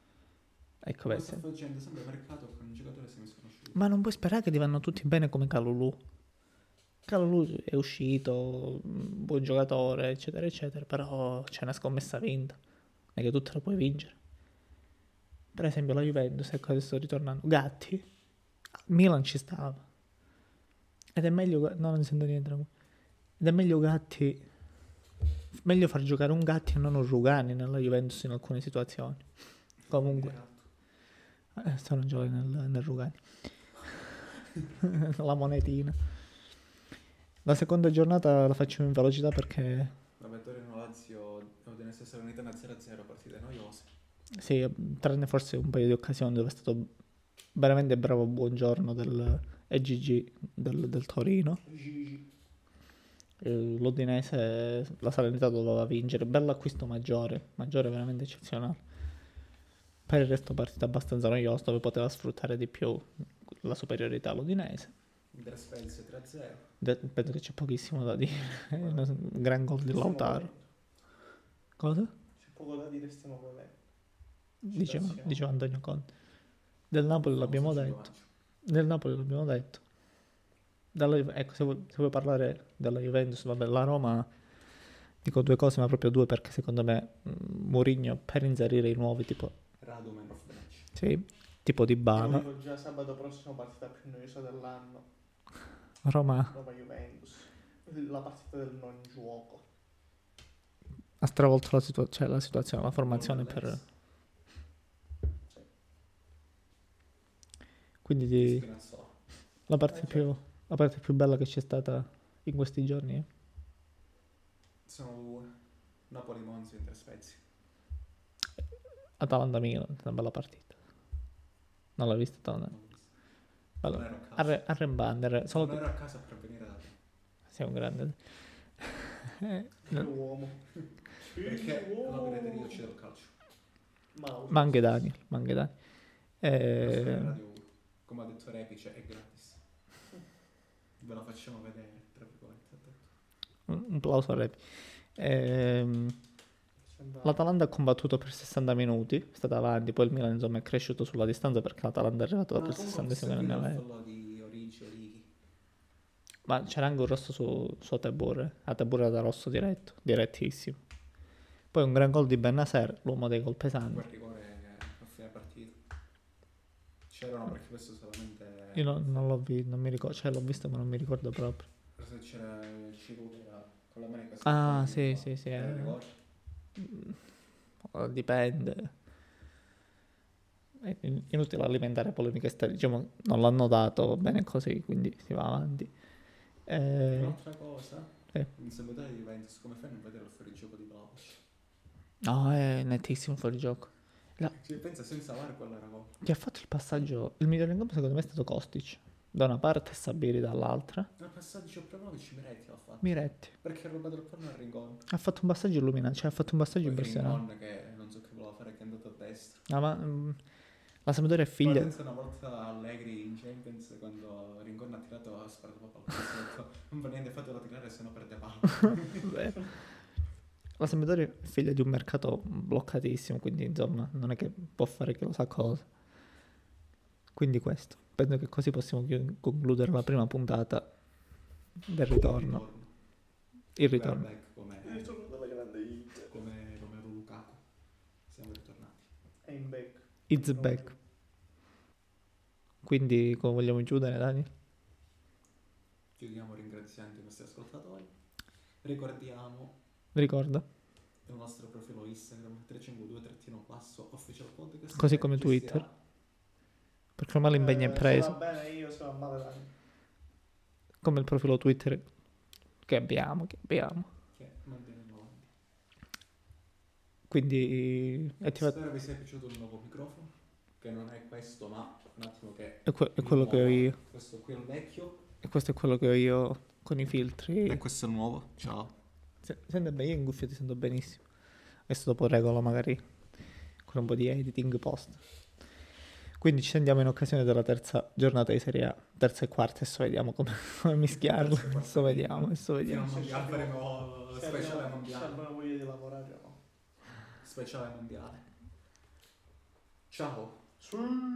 Ecco, Ma vedi. sta facendo sempre mercato con un giocatore semi-sconosciuto. Ma non puoi sperare che ti vanno tutti bene come Calulu. Calulu è uscito, mm, buon giocatore, eccetera, eccetera, però c'è una scommessa vinta. Non è che tu te la puoi vincere. Per esempio la Juventus, ecco adesso ritornando. Gatti, al Milan ci stava. Ed è meglio, no, non sento niente. no. Ed è meglio Gatti, meglio far giocare un Gatti e non un Rugani nella Juventus in alcune situazioni. Comunque, eh, sto non gioco nel, nel Rugani. La monetina. La seconda giornata la facciamo in velocità perché, Vabbè, Torino-Lazio, Udinese Salernitana zero a zero, partite noiose. sì, tranne forse un paio di occasioni dove è stato veramente bravo Buongiorno del E G G del, del Torino. Gigi. Eh, L'Udinese, la Salernitana doveva vincere. Bello acquisto Maggiore, Maggiore veramente eccezionale. Per il resto partita abbastanza noiosa dove poteva sfruttare di più la superiorità l'Udinese. Inter Spezia tre a zero. De- penso che c'è pochissimo da dire. Un gran gol di Lautaro. Cosa? C'è poco da dire, stiamo godendo. Diceva, Citazione. diceva Antonio Conte. Del Napoli l'abbiamo Famoso detto. Giovanni. Del Napoli l'abbiamo detto. Dalla Ju- ecco, se vuoi, se vuoi parlare della Juventus, vabbè, la Roma, dico due cose, ma proprio due, perché secondo me mm, Mourinho per inserire i nuovi, tipo, Radu man of the match. sì, tipo di Io Bala, dico già sabato prossimo partita più noiosa dell'anno. Roma Roma Juventus. La partita del non gioco. ha stravolto la, situa- cioè, la situazione, la formazione Gol per... dell'ex. Quindi di- Spinazzola. la, parte Eh, più, la parte più bella che c'è stata in questi giorni eh. Sono due. Napoli-Monza, Inter Spezia. Atalanta-Milan, una bella partita. Non l'hai vista Atalanta? Non l'ho visto. Bello. Non ero a casa. Arre- Arrembandere, solo Non che ero a casa per venire da te. sei un grande... Eh, Che no. uomo. Perché Che la pirateria uomo. uccide il calcio. Mouse. Ma anche Daniel, ma anche Daniel. Questa è Eh, Radio uno. Come ha detto Repice, è gratis. Ve la facciamo vedere, tra virgolette. ha detto. un un applauso a Repi. Ehm, Sembra- L'Atalanta ha combattuto per sessanta minuti, è stata avanti, poi il Milan insomma è cresciuto sulla distanza perché l'Atalanta è arrivato No, dopo il comunque ho sessantesimo seguito nella il media. fallo di Origi, Origi. Ma c'era anche un rosso su, su Atebur, Atebur era rosso diretto, direttissimo. Poi un gran gol di Bennacer, l'uomo dei gol pesanti. quel rigore a fine partita. C'erano perché questo solamente... Io no- non l'ho visto, non mi ricordo, cioè l'ho visto ma non mi ricordo proprio. Forse c'era il Ciru che era con la mano che Ah, si sì, fa- sì, sì, era eh. il rigore. Oh, dipende. È in- inutile alimentare polemiche sterili, diciamo, non l'hanno dato, va bene così, quindi si va avanti. Eh, Un'altra cosa, Sì. in semmità di Juventus, come fai a non vedere il fuorigioco di Vlahovic? no, è nettissimo il fuorigioco. La- Ci pensa senza V A R quello era gol. Chi ha fatto il passaggio, il migliore in campo secondo me è stato Kostic, da una parte e Sabiri dall'altra. Nel passaggio per Vlahovic Miretti l'ha fatto. Miretti Perché ha rubato il pallone a Ringon. ha fatto un passaggio illuminante, cioè ha fatto un passaggio Poi impressionante. Ringon che non so che voleva fare, che è andato a destra. Ah, ma mm, la Sampdoria è figlia. Pensa una volta Allegri in Champions quando Ringon ha tirato ha sparato proprio al posto, ha detto non fa niente, fatelo tirare se no perde palla. Beh, la Sampdoria è figlia di un mercato bloccatissimo, quindi insomma non è che può fare chissà cosa. Quindi questo, penso che così possiamo chi- concludere la prima puntata del ritorno. Il ritorno. Welbeck come, Il ritorno della grande hit. come Romelu Lukaku. Siamo ritornati. È in back. It's back. Quindi come vogliamo chiudere, Dani? Chiudiamo ringraziando i nostri ascoltatori. Ricordiamo Ricorda. il nostro profilo Instagram trecentocinquantadue trattino basso official podcast. Così che come gestirà- Twitter. Perché ormai l'impegno è Eh, preso. Se va bene io, se va male Dani. Come il profilo Twitter che abbiamo, che abbiamo. Che manterremo avanti. Quindi è, attiva- Spero vi sia piaciuto il nuovo microfono. Che non è questo, ma un attimo che è, que- è il quello che ho nuovo. io. Questo qui è il vecchio. E questo è quello che ho io con i filtri. E questo è il nuovo. Ciao. Se- Sente bene, io in cuffia ti sento benissimo. Adesso dopo regolo magari con un po' di editing post. Quindi ci sentiamo in occasione della terza giornata di Serie A, terza e quarta, adesso vediamo come, come mischiarlo. Terza e quarta. Adesso vediamo, adesso Fino a vediamo. mondiale faremo Se speciale abbiamo- Se mondiale. abbiamo voglia di lavorare o no. Speciale mondiale. Ciao. Sì.